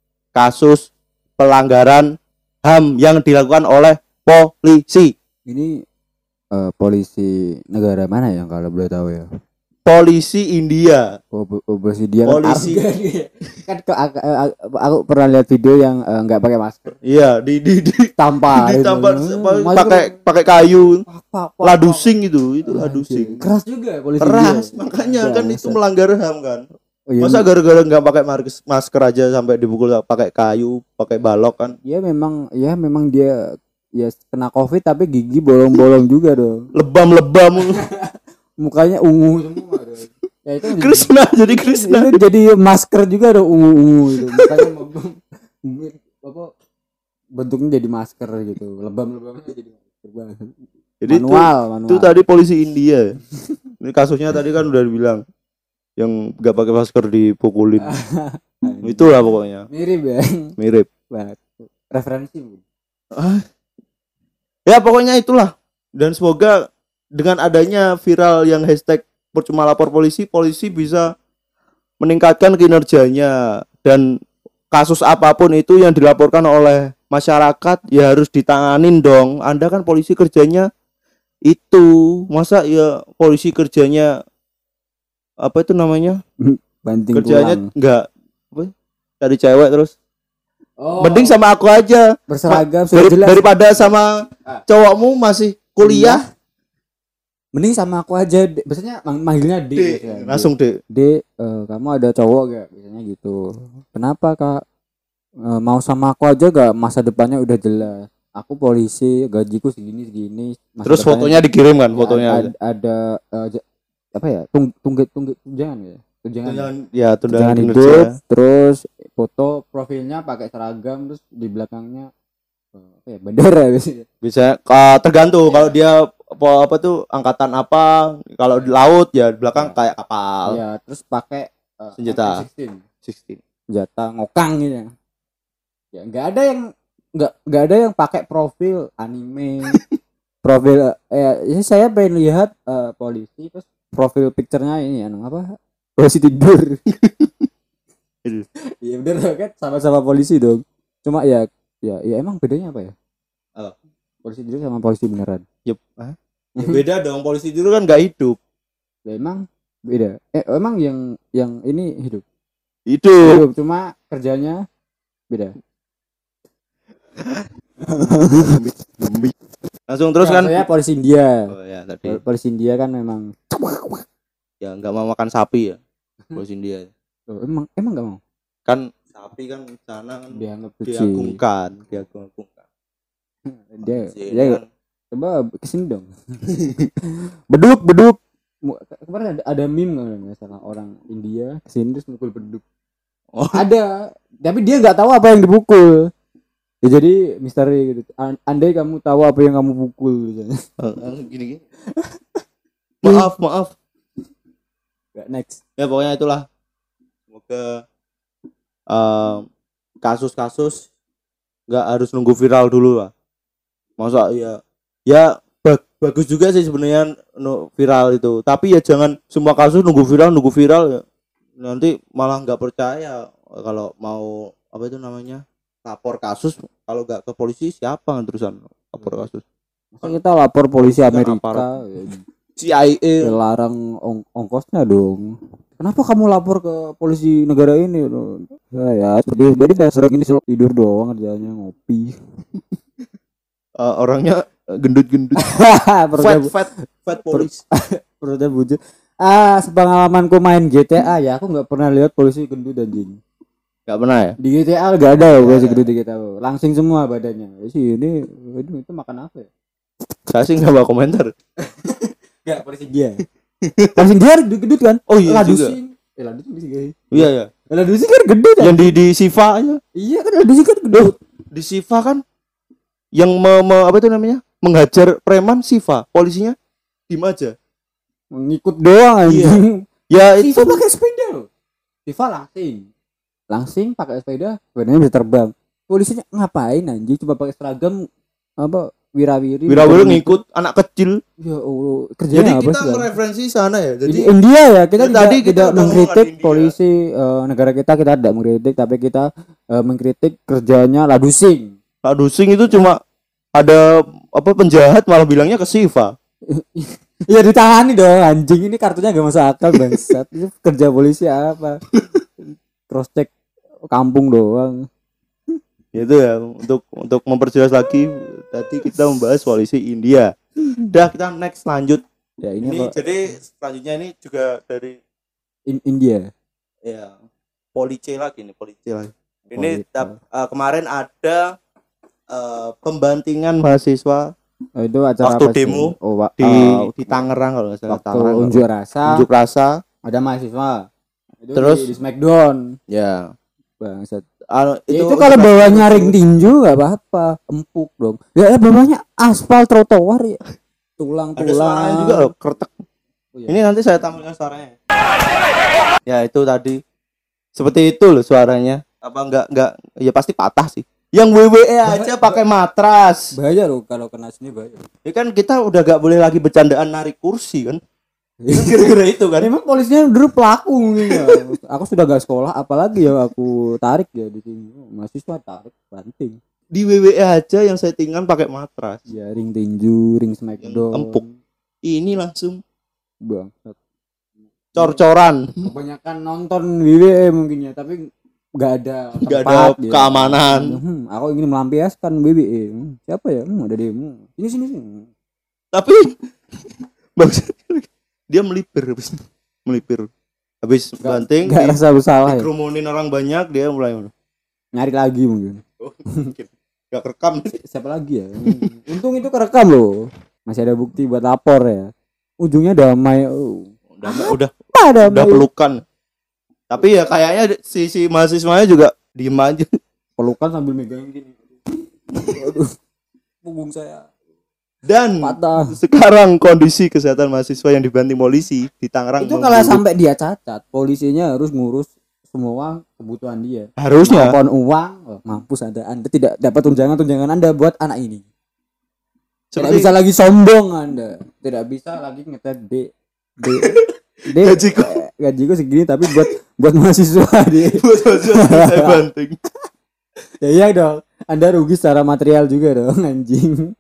kasus pelanggaran H A M yang dilakukan oleh polisi. Ini uh, polisi negara mana yang kalau boleh tahu ya? Polisi India. Oh, oh polisi India. Polisi. Kan, kan aku, aku, aku pernah lihat video yang nggak uh, pakai masker. Iya, di di di tampar. Di tampar pakai pakai kayu. Ladusing itu, itu ladusing. Keras juga polisi. Keras, India. Makanya ya, kan masa. Itu melanggar H A M kan. Oh, iya, masa gara-gara nggak pakai masker aja sampai dipukul pakai kayu, pakai balok kan? Ya memang, ya memang dia ya kena Covid tapi gigi bolong-bolong juga dong. Lebam-lebam. Mukanya ungu semua dong. Ya itu Krishna jadi, jadi Krishna. Itu jadi masker juga dong ungu-ungu itu. Mukanya apa bentuknya jadi masker gitu. Lebam-lebamnya jadi masker banget. Jadi itu, Manual, manual. itu tadi polisi India. Ini kasusnya tadi kan udah dibilang yang nggak pakai masker dipukulin. Itulah pokoknya. Mirip ya. Mirip. Banget. Referensi. Ah. Ya pokoknya itulah. Dan semoga dengan adanya viral yang hashtag percuma lapor polisi, polisi bisa meningkatkan kinerjanya, dan kasus apapun itu yang dilaporkan oleh masyarakat ya harus ditanganin dong. Anda kan polisi kerjanya itu, masa ya polisi kerjanya apa itu namanya? Banting Kerjanya tulang. enggak apa? Cari cewek terus. Oh, Mending sama aku aja. berseragam Ma- dari- sudah jelas. daripada sama Ah. cowokmu masih kuliah. Mending sama aku aja. De- Biasanya mang- manggilnya D. D, biasanya. langsung D. D, eh, kamu ada cowok gak? Biasanya gitu. Kenapa kak? Eh, mau sama aku aja gak? Masa depannya udah jelas. Aku polisi, gajiku segini segini. Masa Terus depannya- fotonya dikirim kan, ya, fotonya. ada, ada eh, j- apa ya? Tung tunggit tunggit tunjangan ya. Tunjangan. Tunjangan, ya tunjangan Tunjangan kinerja. hidup. Terus foto profilnya pakai seragam, terus di belakangnya eh, apa ya? Bendera biasanya. Bisa uh, tergantung kalau dia apa apa tuh angkatan apa. Kalau di laut ya di belakang Ya. kayak kapal. Ya, terus pakai eh, Senjata. M sixteen. enam belas. Senjata ngokang gitu ya. Ya nggak ada yang nggak nggak ada yang pakai profil anime. Profil eh ya saya pengen lihat eh, polisi terus profil picture-nya ini anu apa? Polisi tidur. Iya bener kan, sama-sama polisi dong. Cuma ya ya ya emang bedanya apa ya? Apa? Polisi tidur sama polisi beneran. Yep. Hah? Ya beda dong, polisi itu kan nggak hidup. Ya, emang beda. Eh emang yang yang ini hidup. Hidup. Hidup cuma kerjanya beda. Langsung terus Ya, kan. saya polisi India. Oh ya tadi. Polisi India kan memang Ya nggak mau makan sapi ya. Polisi India. oh, emang emang nggak mau Kan sapi kan di sana kan dianggap suci. diagungkan, diagungkan. Dia, Sini dia kan coba kesini dong. beduk beduk. Mu- Kemarin ada, ada meme kalau nggak salah orang India kesini terus mukul beduk. Oh. Ada, tapi dia nggak tahu apa yang dipukul. Ya, jadi misteri gitu. An- Andai kamu tahu apa yang kamu pukul gitu. gini-gini. Maaf, maaf. Nggak, next. Ya pokoknya itulah. Semoga um, kasus-kasus nggak harus nunggu viral dulu lah. Masa ya ya bag- bagus juga sih sebenarnya no, viral itu. Tapi ya jangan semua kasus nunggu viral nunggu viral ya. Nanti malah nggak percaya kalau mau apa itu namanya lapor kasus. Kalau nggak ke polisi siapa yang terusan lapor kasus? Masa kita lapor polisi Kan Amerika aparat. ya, C I A. ya larang ong- ongkosnya dong. Kenapa kamu lapor ke polisi negara ini? Ya, ya jadi jadi saya sering ini selalu tidur doang kerjanya ngopi. Uh, orangnya gendut-gendut. Perutnya fat fat fat police. perutnya bujut. Ah, sepengalamanku main G T A ya, aku nggak pernah lihat polisi gendut anjing. Gak pernah ya? Di G T A nggak ada ya polisi gendut di G T A. Langsing semua badannya. Ya sih ini, waduh, itu makan apa ya? Saya sih nggak mau komentar. Enggak, polisi dia. Polisi dia gendut kan? Oh iya Ladusing. Eh, Ladusing sih guys. Iya ya. Ladusing kan gendut kan? Yang di di Siva aja. Iya kan Ladusing kan gendut. Di Siva kan yang me, me- apa itu namanya? Menghajar preman Siva, polisinya diem aja. Ngikut doang anjing. Ya itu Siva pakai sepeda loh. Siva langsing. Langsing pakai sepeda, sepedanya bisa terbang. Polisinya ngapain anjing? Cuma pakai seragam apa wirawiri. Wirawiri ngikut anak kecil. Ya Allah, Jadi kerjanya apa kita sih? Bang? mereferensi sana ya. Di Jadi India ya, kita Ya, tidak, tadi kita tidak udah mengkritik ngomong India. polisi eh, negara kita, kita tidak mengkritik, tapi kita eh, mengkritik kerjanya Ladusing. Ladusing itu cuma ada apa penjahat malah bilangnya ke Siva. Ya ditangani dong anjing, ini kartunya gak masuk akal bangsat. Itu kerja polisi apa? Cross check kampung doang. Itu ya untuk untuk memperjelas lagi tadi kita membahas polisi India. Udah kita next lanjut. Ya ini, Ini apa? jadi selanjutnya ini juga dari In- India. ya Police lagi nih Police lagi. Ini Police. tap- uh, kemarin ada uh, pembantingan mahasiswa Oh, itu acara Waktu apa sih? demo Oh, wa- di ah, di Tangerang kalau nggak salah waktu Tangerang. unjuk rasa Unjuk rasa. ada mahasiswa. Itu Terus? di, di Smackdown. Ya. Bangsat. anu, itu, itu kalau bawahnya ring tinju nggak apa-apa, empuk dong. Ya, ya bawahnya aspal trotoar ya. Tulang-tulang. Ada suaranya juga loh, kretek. Oh, iya. Ini nanti saya tampilkan suaranya. Ya itu tadi. Seperti itu loh suaranya. Apa enggak enggak ya pasti patah sih. Yang W W E aja pakai matras. Bahaya loh kalau kena sini bahaya. Ya kan kita udah gak boleh lagi bercandaan narik kursi kan. Kira-kira itu kan. Memang polisinya dulu pelaku mungkin ya. Aku sudah gak sekolah, apalagi ya aku tarik ya di sini. Mahasiswa tarik banting. Di W W E aja yang settingan pakai matras. Ya ring tinju, ring smackdown. Empuk. Ini langsung bangsat. Cor-coran. Kebanyakan nonton W W E mungkin ya, tapi nggak ada nggak ada ya. Keamanan. Hmm, aku ingin melampiaskan W W E. Hmm, siapa ya? Hmm, ada demo. Sini sini sini. Tapi bagus. Dia melipir habis melipir habis banting nggak rasa bersalah ya. Kerumunin orang banyak dia mulai nyari lagi mungkin. Oh, mungkin nggak kerekam. Siapa lagi ya? Untung itu kerekam loh. Masih ada bukti buat lapor ya. Ujungnya damai. Oh. Udah udah Ada udah pelukan. Tapi ya kayaknya si si mahasiswanya juga diem aja. Pelukan sambil megang gini. Aduh. Punggung saya. Dan patah. Sekarang kondisi kesehatan mahasiswa yang dibanting polisi di Tangerang itu kalau sampai dia cacat, polisinya harus ngurus semua kebutuhan dia. Harusnya. Maupun uang, oh, mampus Anda, Anda tidak dapat tunjangan-tunjangan Anda buat anak ini. Tidak Seperti... bisa lagi sombong Anda. Tidak bisa lagi ngetet D D D gajiku eh, gajiku segini tapi buat buat mahasiswa dia. Buat mahasiswa saya banting. Ya iya dong. Anda rugi secara material juga dong anjing.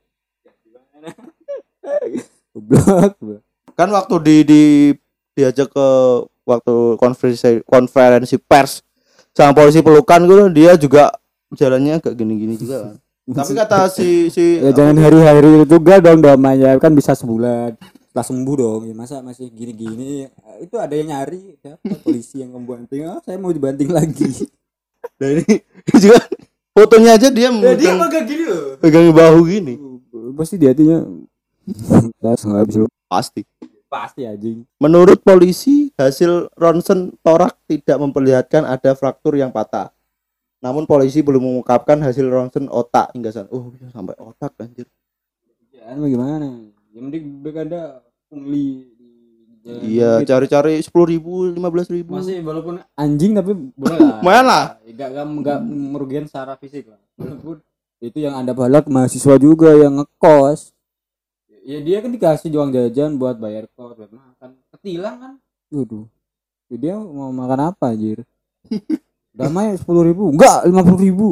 Goblok. Kan waktu di di diajak ke waktu konferensi konferensi pers sama polisi pelukan gitu dia juga jalannya agak gini-gini juga kan. Tapi kata si si ya jangan hari-hari itu juga dong damainya kan bisa sebulan setelah sembuh dong ya masa masih gini-gini itu ada yang nyari siapa polisi yang membanting oh, saya mau dibanting lagi. Dan ini juga fotonya aja dia ya, dia pegang gini loh pegang bahu gini pasti di hatinya pasti pasti anjing. Menurut polisi hasil ronsen torak tidak memperlihatkan ada fraktur yang patah. Namun polisi belum mengungkapkan hasil ronsen otak hingga saat oh bisa sampai otak anjir. Ya bagaimana? Yang penting Anda pungli iya gitu. Cari-cari sepuluh ribu lima belas ribu masih walaupun anjing tapi boleh lah. Lumayan lah. Enggak enggak merugikan secara fisik lah. Walaupun itu yang Anda balak mahasiswa juga yang ngekos. Ya dia kan dikasih uang jajan buat bayar kos, buat makan. Ketilang kan? Waduh. Dia mau makan apa anjir? Damai sepuluh ribu, enggak lima puluh ribu.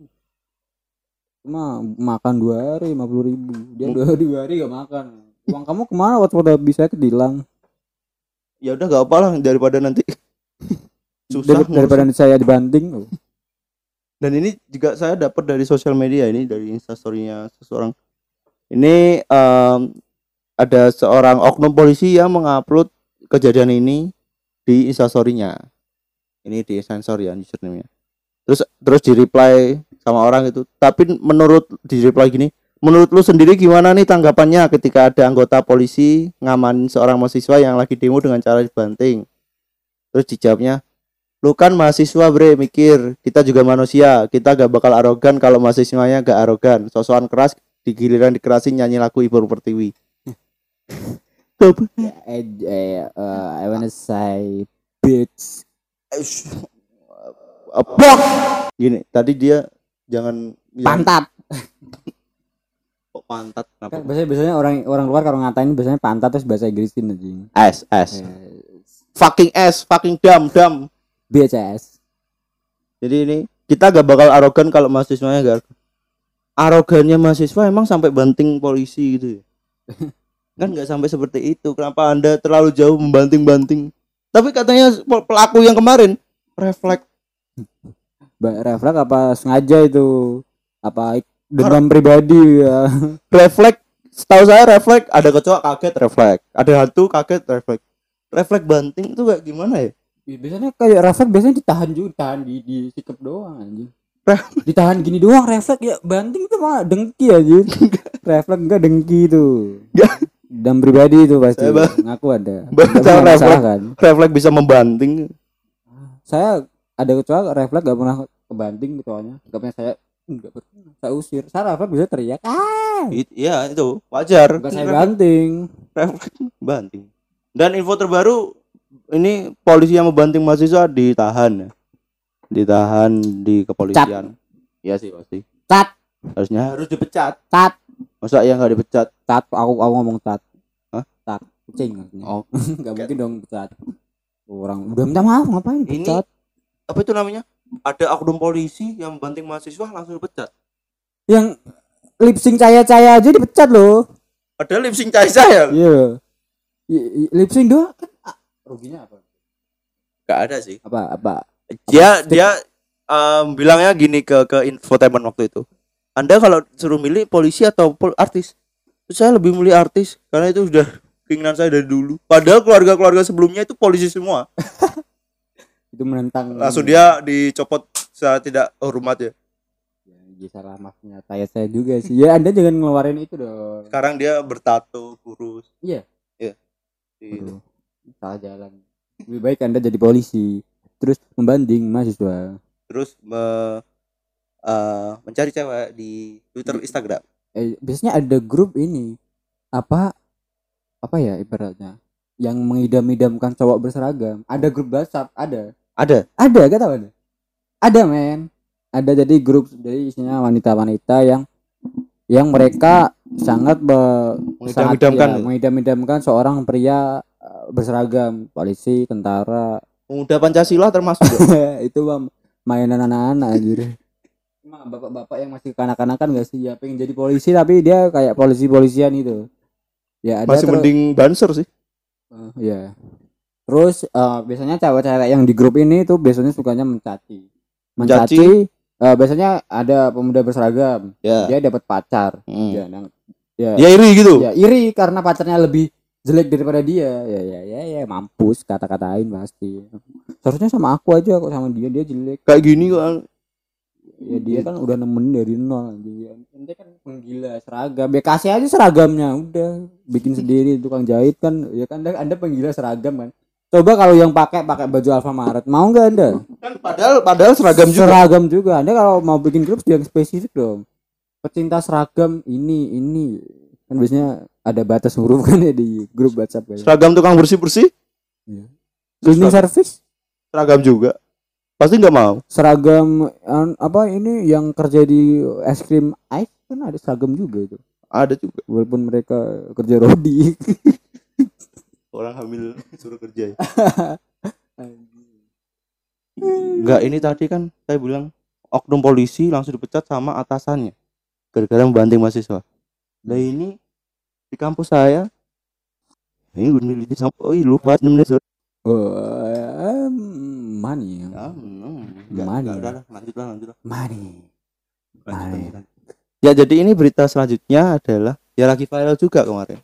Cuma makan dua hari lima puluh ribu. Dia dua hari dua hari gak makan. Uang kamu kemana waktu pada bisa ketilang? Ya udah gak apa lah daripada nanti susah Dar- daripada nanti saya dibanting. Dan ini juga saya dapat dari sosial media ini dari instastorynya seseorang. Ini um, ada seorang oknum polisi yang mengupload kejadian ini di instastorynya. Ini di sensor ya username-nya. Terus terus di reply sama orang itu. Tapi menurut di reply gini, menurut lu sendiri gimana nih tanggapannya ketika ada anggota polisi ngamanin seorang mahasiswa yang lagi demo dengan cara dibanting? Terus dijawabnya, lu kan mahasiswa bre, mikir kita juga manusia, kita gak bakal arogan kalau mahasiswanya gak arogan, sosokan keras di giliran dikerasin nyanyi lagu Ibu Pertiwi. I, I, uh, I wanna say bitch. Apok. Gini, tadi dia jangan pantat. Kok pantat? Kenapa? Kan biasanya biasanya orang orang luar kalau ngatain biasanya pantat terus bahasa Inggrisin anjing. S S. Fucking S, fucking dumb, dumb. B C S. Jadi ini kita gak bakal arogan kalau mahasiswanya gak arogannya mahasiswa emang sampai banting polisi gitu ya. Kan nggak sampai seperti itu. Kenapa Anda terlalu jauh membanting-banting? Tapi katanya pelaku yang kemarin refleks. Refleks apa sengaja itu? Apa dendam pribadi ya? Refleks. Setahu saya refleks ada kecoa kaget refleks. Ada hantu kaget refleks. Refleks banting itu kayak gimana ya? Biasanya kayak refleks biasanya ditahan juga, ditahan di di sikap doang anjing. Ditahan gini doang refleks ya banting tuh mah dengki aja. Refleks enggak dengki tuh. Dan pribadi itu pasti ba- ngaku ada. Refleks kan? Refleks bisa membanting. Saya ada kecoa refleks gak pernah kebanting ketuanya nggak punya saya nggak pernah saya usir Sarafah bisa teriak ah It, ya itu wajar. nggak saya banting Refleks banting. Dan info terbaru ini polisi yang membanting mahasiswa ditahan ya. Ditahan di kepolisian. Iya sih pasti. cat Harusnya harus dipecat. cat Masa ya nggak dipecat? cat aku aku ngomong cat Hah? cat kucing maksudnya. Oh, nggak mungkin dong pecat orang udah minta maaf ngapain Ini- pecat apa itu namanya? Ada oknum polisi yang membanting mahasiswa langsung dipecat. yang lip sync caya-caya aja dipecat loh. Padahal lip sync saya. Iya. Yeah. Lip sync doang kan ah, ruginya apa? Gak ada sih. Apa apa? Dia dia um, bilangnya gini ke ke infotainment waktu itu. Anda kalau suruh milih polisi atau pol- artis, saya lebih milih artis karena itu sudah keinginan saya dari dulu. Padahal keluarga-keluarga sebelumnya itu polisi semua. Itu menentang. Langsung dia dicopot secara tidak hormat ya. Ya, ya salah maafnya saya saya juga sih. Ya Anda jangan ngeluarin itu dong. Sekarang dia bertato, kurus. Iya. Iya. Gitu. Aduh, salah jalan. Lebih baik Anda jadi polisi terus membanding mahasiswa. Terus me, uh, mencari cewek di Twitter, Instagram. Eh biasanya ada grup ini apa apa ya ibaratnya yang mengidam-idamkan cowok berseragam. Ada grup WhatsApp, ada. Ada. Ada, gak tahu ada. Ada men. Ada jadi grup dari isinya wanita-wanita yang yang mereka sangat be, sangat, Mengidam-idamkan. ya, mengidam-idamkan seorang pria uh, berseragam, polisi, tentara. Pemuda Pancasila termasuk. Itu bang mainan anak-anak anjir. Emang bapak-bapak yang masih kanak-kanakan gak sih ya pengen jadi polisi tapi dia kayak polisi-polisian itu. Ya ada Masih ter- mending banser sih. Uh, ya. Terus uh, biasanya cewek-cewek yang di grup ini tuh biasanya sukanya mencaci. Mencaci, Mencaci. uh, biasanya ada pemuda berseragam. Ya. Dia dapat pacar. Hmm. Ya, nang, ya, Dia iri gitu. ya iri karena pacarnya lebih jelek daripada dia. Ya ya ya ya mampus kata-katain pasti. Seharusnya sama aku aja kok sama dia dia jelek. Kayak gini kok. Ya dia kan udah nemenin dari nol dia. Ente kan penggila seragam. Ya kasih aja seragamnya udah bikin sendiri tukang jahit kan. Ya kan anda, anda penggila seragam kan. Coba kalau yang pakai pakai baju Alfamaret mau nggak anda? Kan padahal padahal seragam juga. Seragam juga. Anda kalau mau bikin grup yang spesifik dong. Pecinta seragam ini ini kan biasanya ada batas huruf kan ya di grup WhatsApp kan. Seragam tukang bersih-bersih. Iya. Cleaning Seragam. service, Seragam juga. Pasti nggak mau. seragam an- apa ini yang kerja di es krim ice kan ada seragam juga itu. Ada juga. Walaupun mereka kerja rodi. Orang hamil suruh kerja ya. Enggak, ini tadi kan saya bilang oknum polisi langsung dipecat sama atasannya gara-gara membanting mahasiswa. Nah ini di kampus saya ini udah di sampai oh, lupa enam menit. Oh, um, money. Ya, hmm, enggak, Money. enggak, udah lah, lanjut lah, lanjut lah. Money. Lanjut, Money. lanjut, lanjut. Ya jadi ini berita selanjutnya adalah ya lagi viral juga kemarin.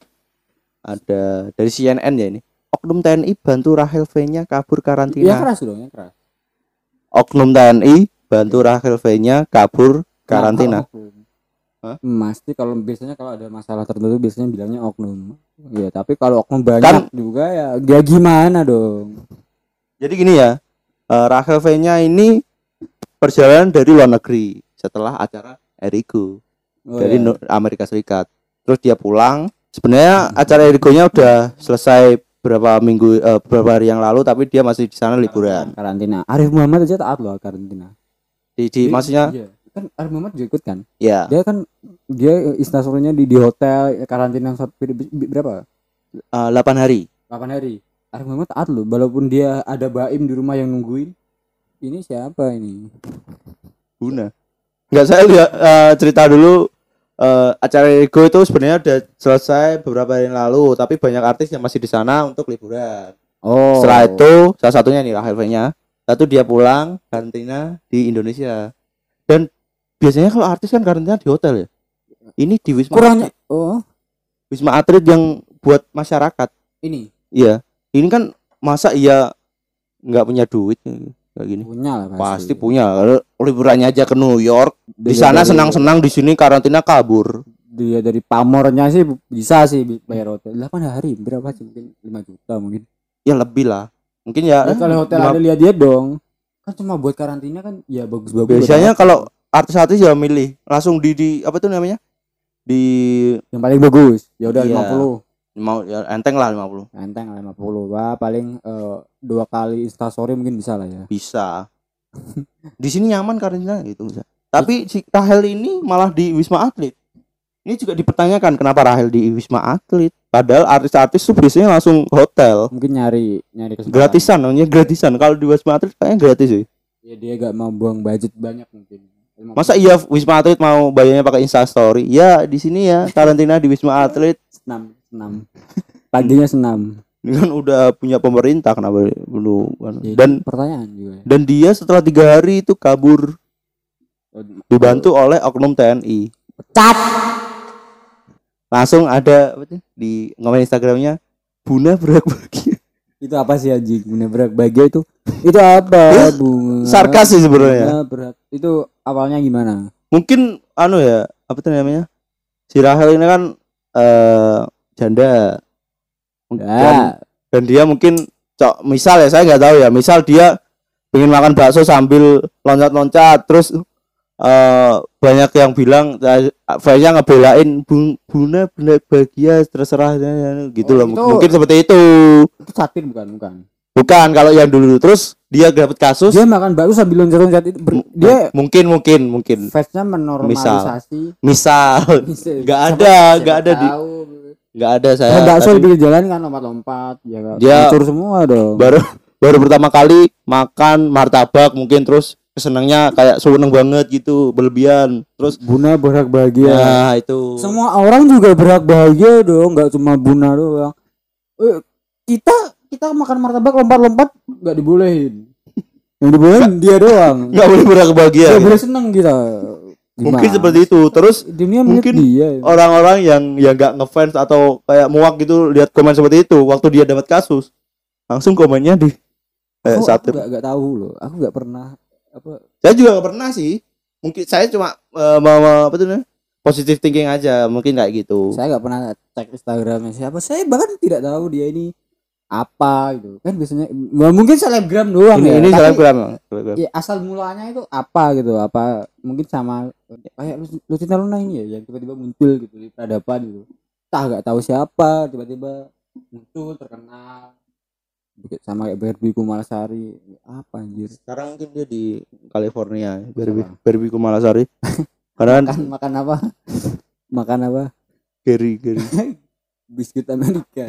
Ada dari C N N ya ini. Oknum T N I bantu Rahel V-nya kabur Ya karantina. keras dong, ya keras. Oknum T N I bantu Rahel V-nya kabur karantina. Hah? Pasti kalau biasanya kalau ada masalah tertentu biasanya bilangnya oknum. Ya, tapi kalau oknum banyak Kan- juga ya dia gimana dong? Jadi gini ya, eh, Rahel V-nya ini perjalanan dari luar negeri setelah acara Erigo Oh, dari ya. Nu- Amerika Serikat. Terus dia pulang. Sebenarnya acara Erigo-nya udah selesai berapa minggu eh, beberapa hari yang lalu, tapi dia masih di sana liburan. Karantina. Arif Muhammad aja taat loh karantina. Di, di Dia- maksudnya iya. Kan Arif Muhammad juga ikut kan? ya Dia kan dia instastorynya di di hotel karantina satu berapa? eh, delapan hari. delapan hari. Arif Muhammad taat loh walaupun dia ada Baim di rumah yang nungguin. Ini siapa ini? Guna. Enggak, saya lihat eh, cerita dulu eh, acara Erigo itu sebenarnya udah selesai beberapa hari yang lalu, tapi banyak artis yang masih di sana untuk liburan. Oh. Setelah itu salah satunya nih Rahel V-nya. Satu dia pulang karantina di Indonesia. Dan biasanya kalau artis kan karantina di hotel ya. Ini di Wisma kurangnya Atlet. oh Wisma Atlet yang buat masyarakat. ini Iya. Ini kan masa iya nggak punya duit kayak gini. punya lah Pasti punya. Kalau liburannya aja ke New York, di Dia sana dari- senang-senang, di sini karantina kabur. Dia dari pamornya sih bisa sih bayar hotel delapan hari berapa sih mungkin lima juta mungkin. Ya lebih lah. Mungkin ya. Ya, kalau hotel lima- ada lihat dia dong kan cuma buat karantina kan ya bagus-bagus. Biasanya kalau artis-artis ya milih langsung di di apa tuh namanya? Di yang paling bagus. Ya udah iya, lima puluh. Mau ya enteng lah lima puluh. Enteng lah lima puluh. Wah, paling uh, dua kali Instastory mungkin bisa lah ya. Bisa. Di sini nyaman karantina gitu bisa. Tapi si Rahel ini malah di Wisma Atlet. Ini juga dipertanyakan kenapa Rahel di Wisma Atlet. Padahal artis-artis tuh biasanya langsung hotel. Mungkin nyari nyari kesempatan. Gratisan, namanya gratisan. Kalau di Wisma Atlet kayaknya gratis sih. Ya dia gak mau buang budget banyak mungkin. Masa iya Wisma Atlet mau bayarnya pakai Instastory? Ya di sini ya karantina di Wisma Atlet. Senam, senam. Paginya senam. Ini kan udah punya pemerintah kenapa belum? Jadi, Dan pertanyaan juga. Dan dia setelah tiga hari itu kabur. Dibantu oleh oknum T N I. Pecat. Langsung ada apa sih di komen Instagramnya Buna berhak bahagia. Itu apa sih anjing? Buna berhak bahagia itu? Itu apa? Bunga. Sarkas sih sebenarnya. Buna berhak. Itu awalnya gimana? Mungkin anu ya, apa tuh namanya? Si Rahel ini kan eh janda. Dan, Ya. dan dia mungkin cok misal ya saya nggak tahu ya, misal dia pengen makan bakso sambil loncat-loncat terus Uh, banyak yang bilang fansnya ngebelain Buna Buna bahagia terserah gitu oh, loh itu, mungkin seperti itu. Itu satir bukan bukan bukan kalau yang dulu terus dia dapat kasus dia makan bakso sambil loncat-loncat itu ber, dia mungkin mungkin mungkin fansnya menormalisasi misal nggak ada nggak ada di nggak ada saya nah, bakso di pinggir jalan kan lompat-lompat ya dia hancur semua dong baru baru pertama kali makan martabak mungkin terus senangnya kayak seneng banget gitu berlebihan terus Buna berhak bahagia. Nah itu semua orang juga berhak bahagia dong, nggak cuma Buna doang. Eh, kita kita makan martabak lompat-lompat nggak dibolehin. Yang dibolehin dia doang. Nggak boleh berhak bahagia. Nggak boleh seneng kita. Gimana? Mungkin seperti itu. Terus dunia mungkin dia. Orang-orang yang yang nggak ngefans atau kayak muak gitu lihat komen seperti itu waktu dia dapat kasus langsung komennya di kayak satir. Aku nggak tahu loh. Aku nggak pernah apa saya juga gak pernah sih mungkin saya cuma uh, mau apa tuh nih positive thinking aja mungkin kayak gitu saya nggak pernah cek Instagramnya siapa saya bahkan tidak tahu dia ini apa gitu kan biasanya mungkin selebgram doang ini, ya ini tapi selebgram ya, asal mulanya itu apa gitu apa mungkin sama kayak Lucinta Luna ini ya yang tiba-tiba muncul gitu di peradaban gitu tak nggak tahu siapa tiba-tiba muncul terkenal sama kayak Barbie Kumalasari apa anjir sekarang mungkin dia di California Barbie Barbie Kumalasari karena makan makan apa makan apa Gary Gary biskuit Amerika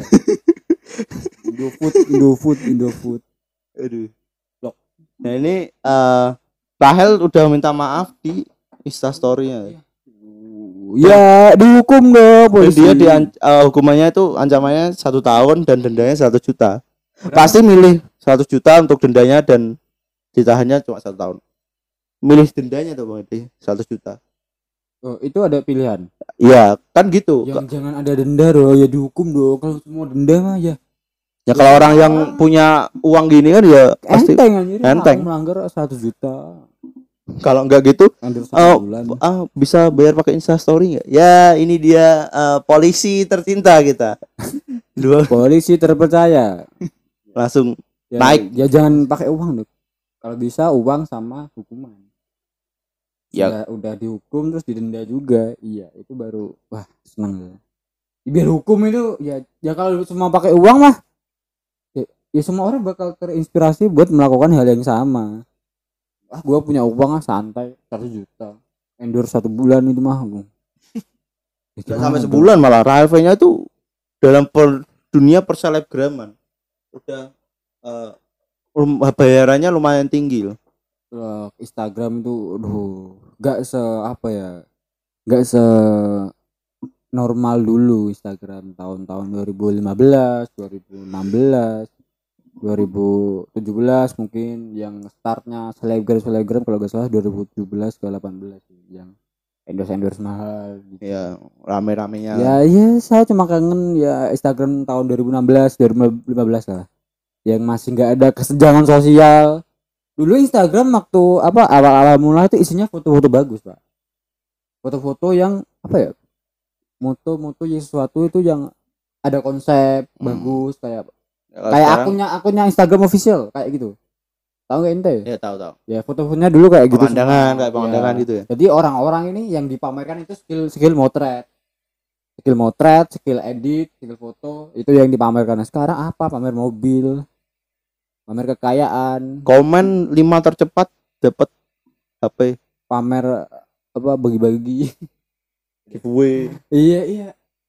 Indofood Indofood Indofood aduh Loh. Nah ini uh, Rahel udah minta maaf di Instastory-nya ya dihukum dong polisi. Dia di uh, hukumannya itu ancamannya satu tahun dan dendanya satu juta. Pasti milih seratus juta untuk dendanya dan ditahannya cuma satu tahun. Milih dendanya tuh bang itu seratus juta. Oh, itu ada pilihan. Iya kan gitu. Yang jangan ada denda dong ya dihukum dong kalau semua denda mah ya. Ya kalau orang yang punya uang gini kan ya pasti enteng anjir. Enteng. Melanggar seratus juta. Kalau enggak gitu uh, uh, bisa bayar pakai Instastory enggak? Ya ini dia uh, polisi tercinta kita. Dua polisi terpercaya. Langsung ya, naik ya jangan pakai uang deh kalau bisa uang sama hukuman ya udah, udah dihukum terus didenda juga iya itu baru wah seneng ya biar hukum itu ya ya kalau semua pakai uang mah ya, ya semua orang bakal terinspirasi buat melakukan hal yang sama ah gua punya uang ah santai satu juta endorse satu bulan itu mah ya, sampai sebulan malah Rahel-nya itu dalam per, dunia perselebgraman udah uh, bayarannya lumayan tinggi loh. Loh, Instagram itu aduh gak se apa ya gak se normal dulu Instagram tahun-tahun dua ribu lima belas, dua ribu enam belas, dua ribu tujuh belas mungkin yang startnya selebgram selebgram kalau gak salah dua ribu tujuh belas ke delapan belas yang endorse endorse mahal gitu. Ya rame-ramenya ya ya saya cuma kangen ya Instagram tahun dua ribu enam belas dua ribu lima belas lah yang masih nggak ada kesenjangan sosial dulu Instagram waktu apa awal-awal mulai itu isinya foto-foto bagus pak foto-foto yang apa ya moto-moto ya sesuatu itu yang ada konsep hmm. bagus kayak ya, kayak sekarang, akunnya akunnya Instagram official kayak gitu Tahu nggak ente? Ya tahu tahu. Ya foto-fotonya dulu kayak gitu. Pemandangan semua. kayak pemandangan Ya. gitu ya. Jadi orang-orang ini yang dipamerkan itu skill skill motret. Skill motret, skill edit, skill foto itu yang dipamerkan. Nah, sekarang apa? Pamer mobil, pamer kekayaan, Komen lima tercepat dapat H P pamer apa bagi-bagi. giveaway. Iya iya.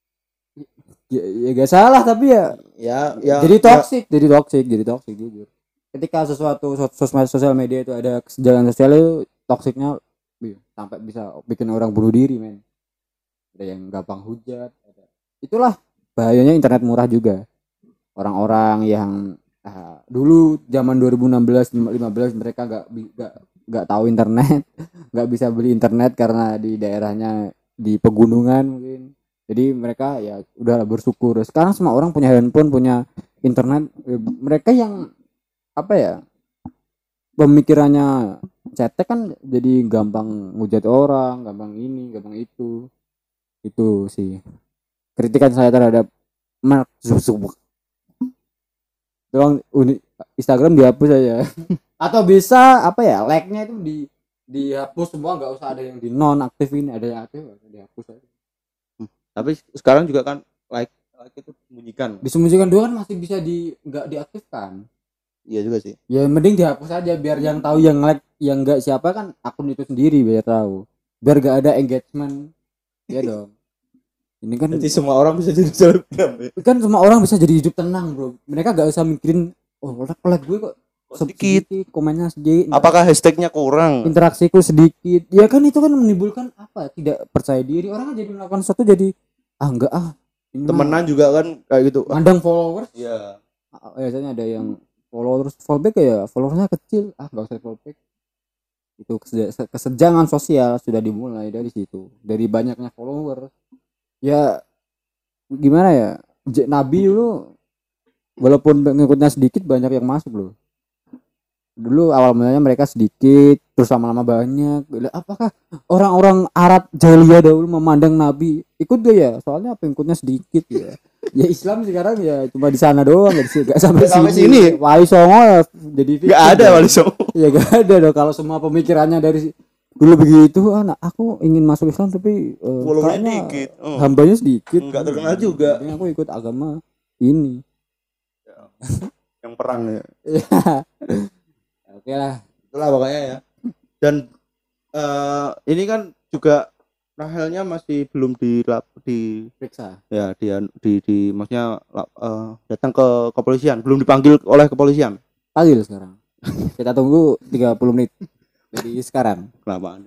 Ya, ya gak salah tapi ya Ya ya. jadi toxic, ya. jadi toxic, jadi toxic jujur. Ketika sesuatu sosial sosial media itu ada kesenjangan sosial itu toksiknya sampai bisa bikin orang bunuh diri, men. Ada yang gampang hujat, ada. Itulah bahayanya internet murah juga. Orang-orang yang uh, dulu zaman dua ribu enam belas lima belas mereka enggak enggak enggak tahu internet, enggak bisa beli internet karena di daerahnya di pegunungan mungkin. Jadi mereka ya udah bersyukur. Sekarang semua orang punya handphone, punya internet. Mereka yang apa ya? Pemikirannya cetek kan jadi gampang ngujat orang, gampang ini, gampang itu. Itu sih kritikan saya terhadap Mark Zuckerberg. Tolong Instagram dihapus aja. Atau bisa apa ya? Like-nya itu di dihapus semua, enggak usah ada yang di nonaktifin, ada yang aktif dihapus aja. Tapi sekarang juga kan like like itu disembunyikan. Disembunyikan doang kan masih bisa di enggak diaktifkan. Iya juga sih. Ya mending dihapus aja biar yang tahu yang like yang enggak siapa kan akun itu sendiri biar tahu. Biar enggak ada engagement. Ya dong. Ini kan Jadi semua orang bisa jadi selebgram ya. Kan semua orang bisa jadi hidup tenang, bro. Mereka enggak usah mikirin oh like, like gue kok sedikit, sedikit komennya sedikit. Apakah hashtagnya kurang? Interaksiku sedikit. Ya kan itu kan menimbulkan apa? Tidak percaya diri. Orang kan jadi melakukan sesuatu jadi ah enggak ah. Ini Temenan juga kan kayak gitu. mandang followers. Iya. Ah, biasanya ada yang follow terus fallback ya followersnya kecil. Ah enggak usah fallback. Itu kesenjangan sosial sudah dimulai dari situ. Dari banyaknya follower. Ya gimana ya? Nabi lu walaupun pengikutnya sedikit banyak yang masuk loh. Dulu awal mulanya mereka sedikit terus lama-lama banyak. Apakah orang-orang Arab jahiliyah dahulu memandang Nabi ikut gak ya? Soalnya pengikutnya sedikit ya. Ya Islam sekarang ya cuma di sana doang, enggak sampai Sampai sini. sini. Wali Songo ya jadi Enggak ada ya. Wali Songo. Ya enggak ada dong kalau semua pemikirannya dari dulu begitu. Anak aku ingin masuk Islam tapi uh, followernya dikit. Oh. Hambanya sedikit. Enggak terkenal juga. Jadi aku ikut agama ini. Yang perang ya. Oke lah. Itulah pokoknya ya. Dan uh, ini kan juga Rahelnya masih belum di di Periksa. Ya, dia di, di maksudnya uh, datang ke kepolisian, belum dipanggil oleh kepolisian. Panggil sekarang. Kita tunggu tiga puluh menit. Jadi sekarang. Kenapa Anda?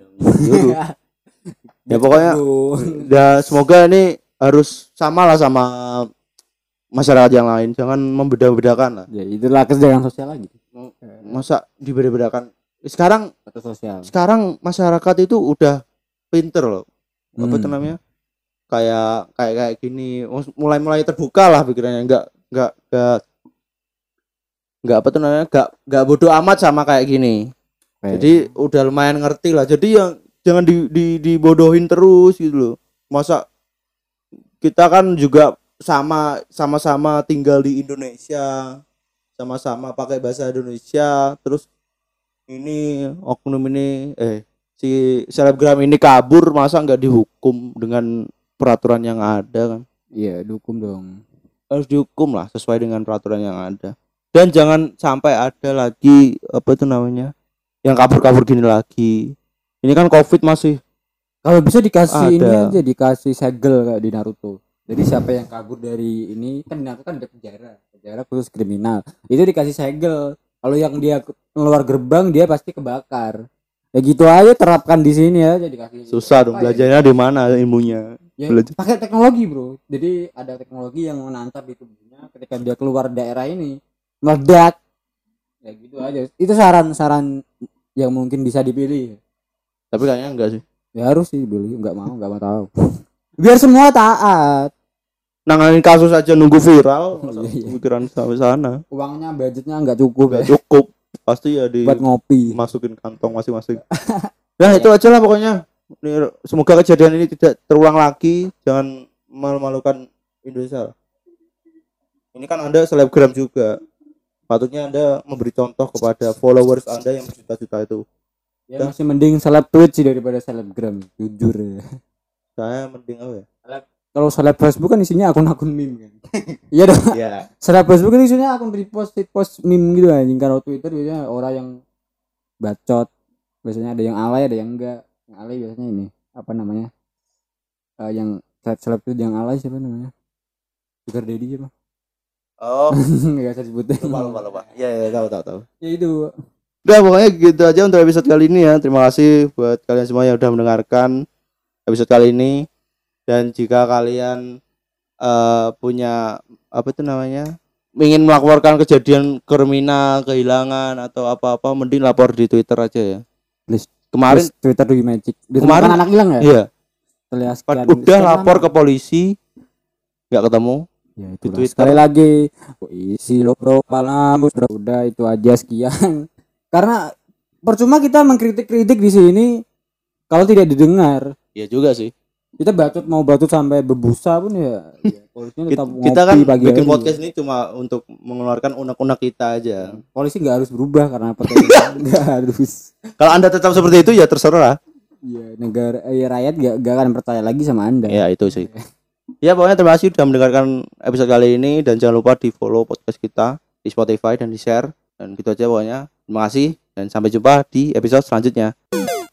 Ya pokoknya ya semoga ini harus sama lah sama masyarakat yang lain, jangan membeda-bedakan lah. Ya itulah kesenjangan sosial lagi. Masa dibeda-bedakan? Sekarang Atau sosial. Sekarang masyarakat itu udah pinter loh. Hmm. Apa itu namanya? Kayak kayak kayak gini, mulai-mulai terbuka lah pikirannya, enggak enggak enggak enggak apa tuh namanya? Enggak enggak bodoh amat sama kayak gini. Kayak. Jadi udah lumayan ngerti lah. Jadi yang jangan di, di dibodohin terus gitu loh. Masa kita kan juga sama sama-sama tinggal di Indonesia, sama-sama pakai bahasa Indonesia, terus ini oknum ini eh si selebgram ini kabur, masa nggak dihukum dengan peraturan yang ada kan? Iya, dihukum dong. Harus dihukum lah sesuai dengan peraturan yang ada. Dan jangan sampai ada lagi apa itu namanya yang kabur-kabur gini lagi. Ini kan COVID masih. Kalau bisa dikasih ada. Ini aja, dikasih segel kayak di Naruto. Jadi siapa yang kabur dari ini kan di Naruto kan ada penjara, penjara khusus kriminal. Itu dikasih segel. Kalau yang dia keluar gerbang dia pasti kebakar. Ya gitu aja terapkan di sini ya, jadi kasih. Susah dong belajarnya di mana ilmunya. Ya, pakai teknologi, Bro. Jadi ada teknologi yang menancap di tubuhnya ketika dia keluar daerah ini meledak. Ya gitu aja. Itu saran-saran yang mungkin bisa dipilih. Tapi kayaknya enggak sih. Ya harus sih dipilih, enggak mau, enggak mau tahu. Biar semua taat. Nanganin kasus aja nunggu viral, Iya. pikiran sampai sana. Uangnya budgetnya enggak cukup. Enggak Ya. cukup. Pasti ya di Buat ngopi. masukin kantong masing-masing. Nah, itu aja lah pokoknya. Ini, semoga kejadian ini tidak terulang lagi, jangan malu-malukan Indonesia. Ini kan Anda selebgram juga. Patutnya Anda memberi contoh kepada followers Anda yang berjuta-juta itu. Ya masih mending seleb tweet sih daripada selebgram, jujur ya. Saya mending apa ya? Kalau seleb Facebook kan isinya akun-akun meme kan. Iya dong. Iya. Seleb Facebook kan isinya akun repost repost meme gitu anjing. Kalau Twitter biasanya orang yang bacot. Biasanya ada yang alay, ada yang enggak. Yang alay biasanya ini apa namanya? Uh, yang seleb itu yang alay siapa namanya? Sugar Daddy siapa? Oh, enggak usah disebutin. lupa lupa lupa. Iya ya, tahu tahu tahu. Ya itu. Udah pokoknya gitu aja untuk episode kali ini ya. Terima kasih buat kalian semua yang udah mendengarkan episode kali ini. Dan jika kalian uh, punya apa itu namanya, ingin melaporkan kejadian kriminal, kehilangan atau apa-apa, mending lapor di Twitter aja ya. Please. Kemarin Please, Twitter Dwi Magic. Kemarin anak hilang ya? Iya. Setelah sekian, Udah sekian lapor lama. ke polisi, nggak ketemu. Ya, Di itulah. Twitter. Sekali lagi isi lo bro palamus bro, udah itu aja sekian. Karena percuma kita mengkritik-kritik di sini kalau tidak didengar. Iya juga sih. Kita bacot mau bacot sampai berbusa pun ya, ya polisinya Kita, tetap kita kan ngopi pagi bikin hari. podcast ini cuma untuk mengeluarkan unek-unek kita aja. Polisi nggak harus berubah karena pertanyaan nggak harus. Kalau Anda tetap seperti itu ya terserah. Ya negara ya rakyat nggak nggak akan percaya lagi sama Anda. Ya itu sih. Ya pokoknya terima kasih sudah mendengarkan episode kali ini dan jangan lupa di follow podcast kita di Spotify dan di share dan gitu aja pokoknya. Terima kasih dan sampai jumpa di episode selanjutnya.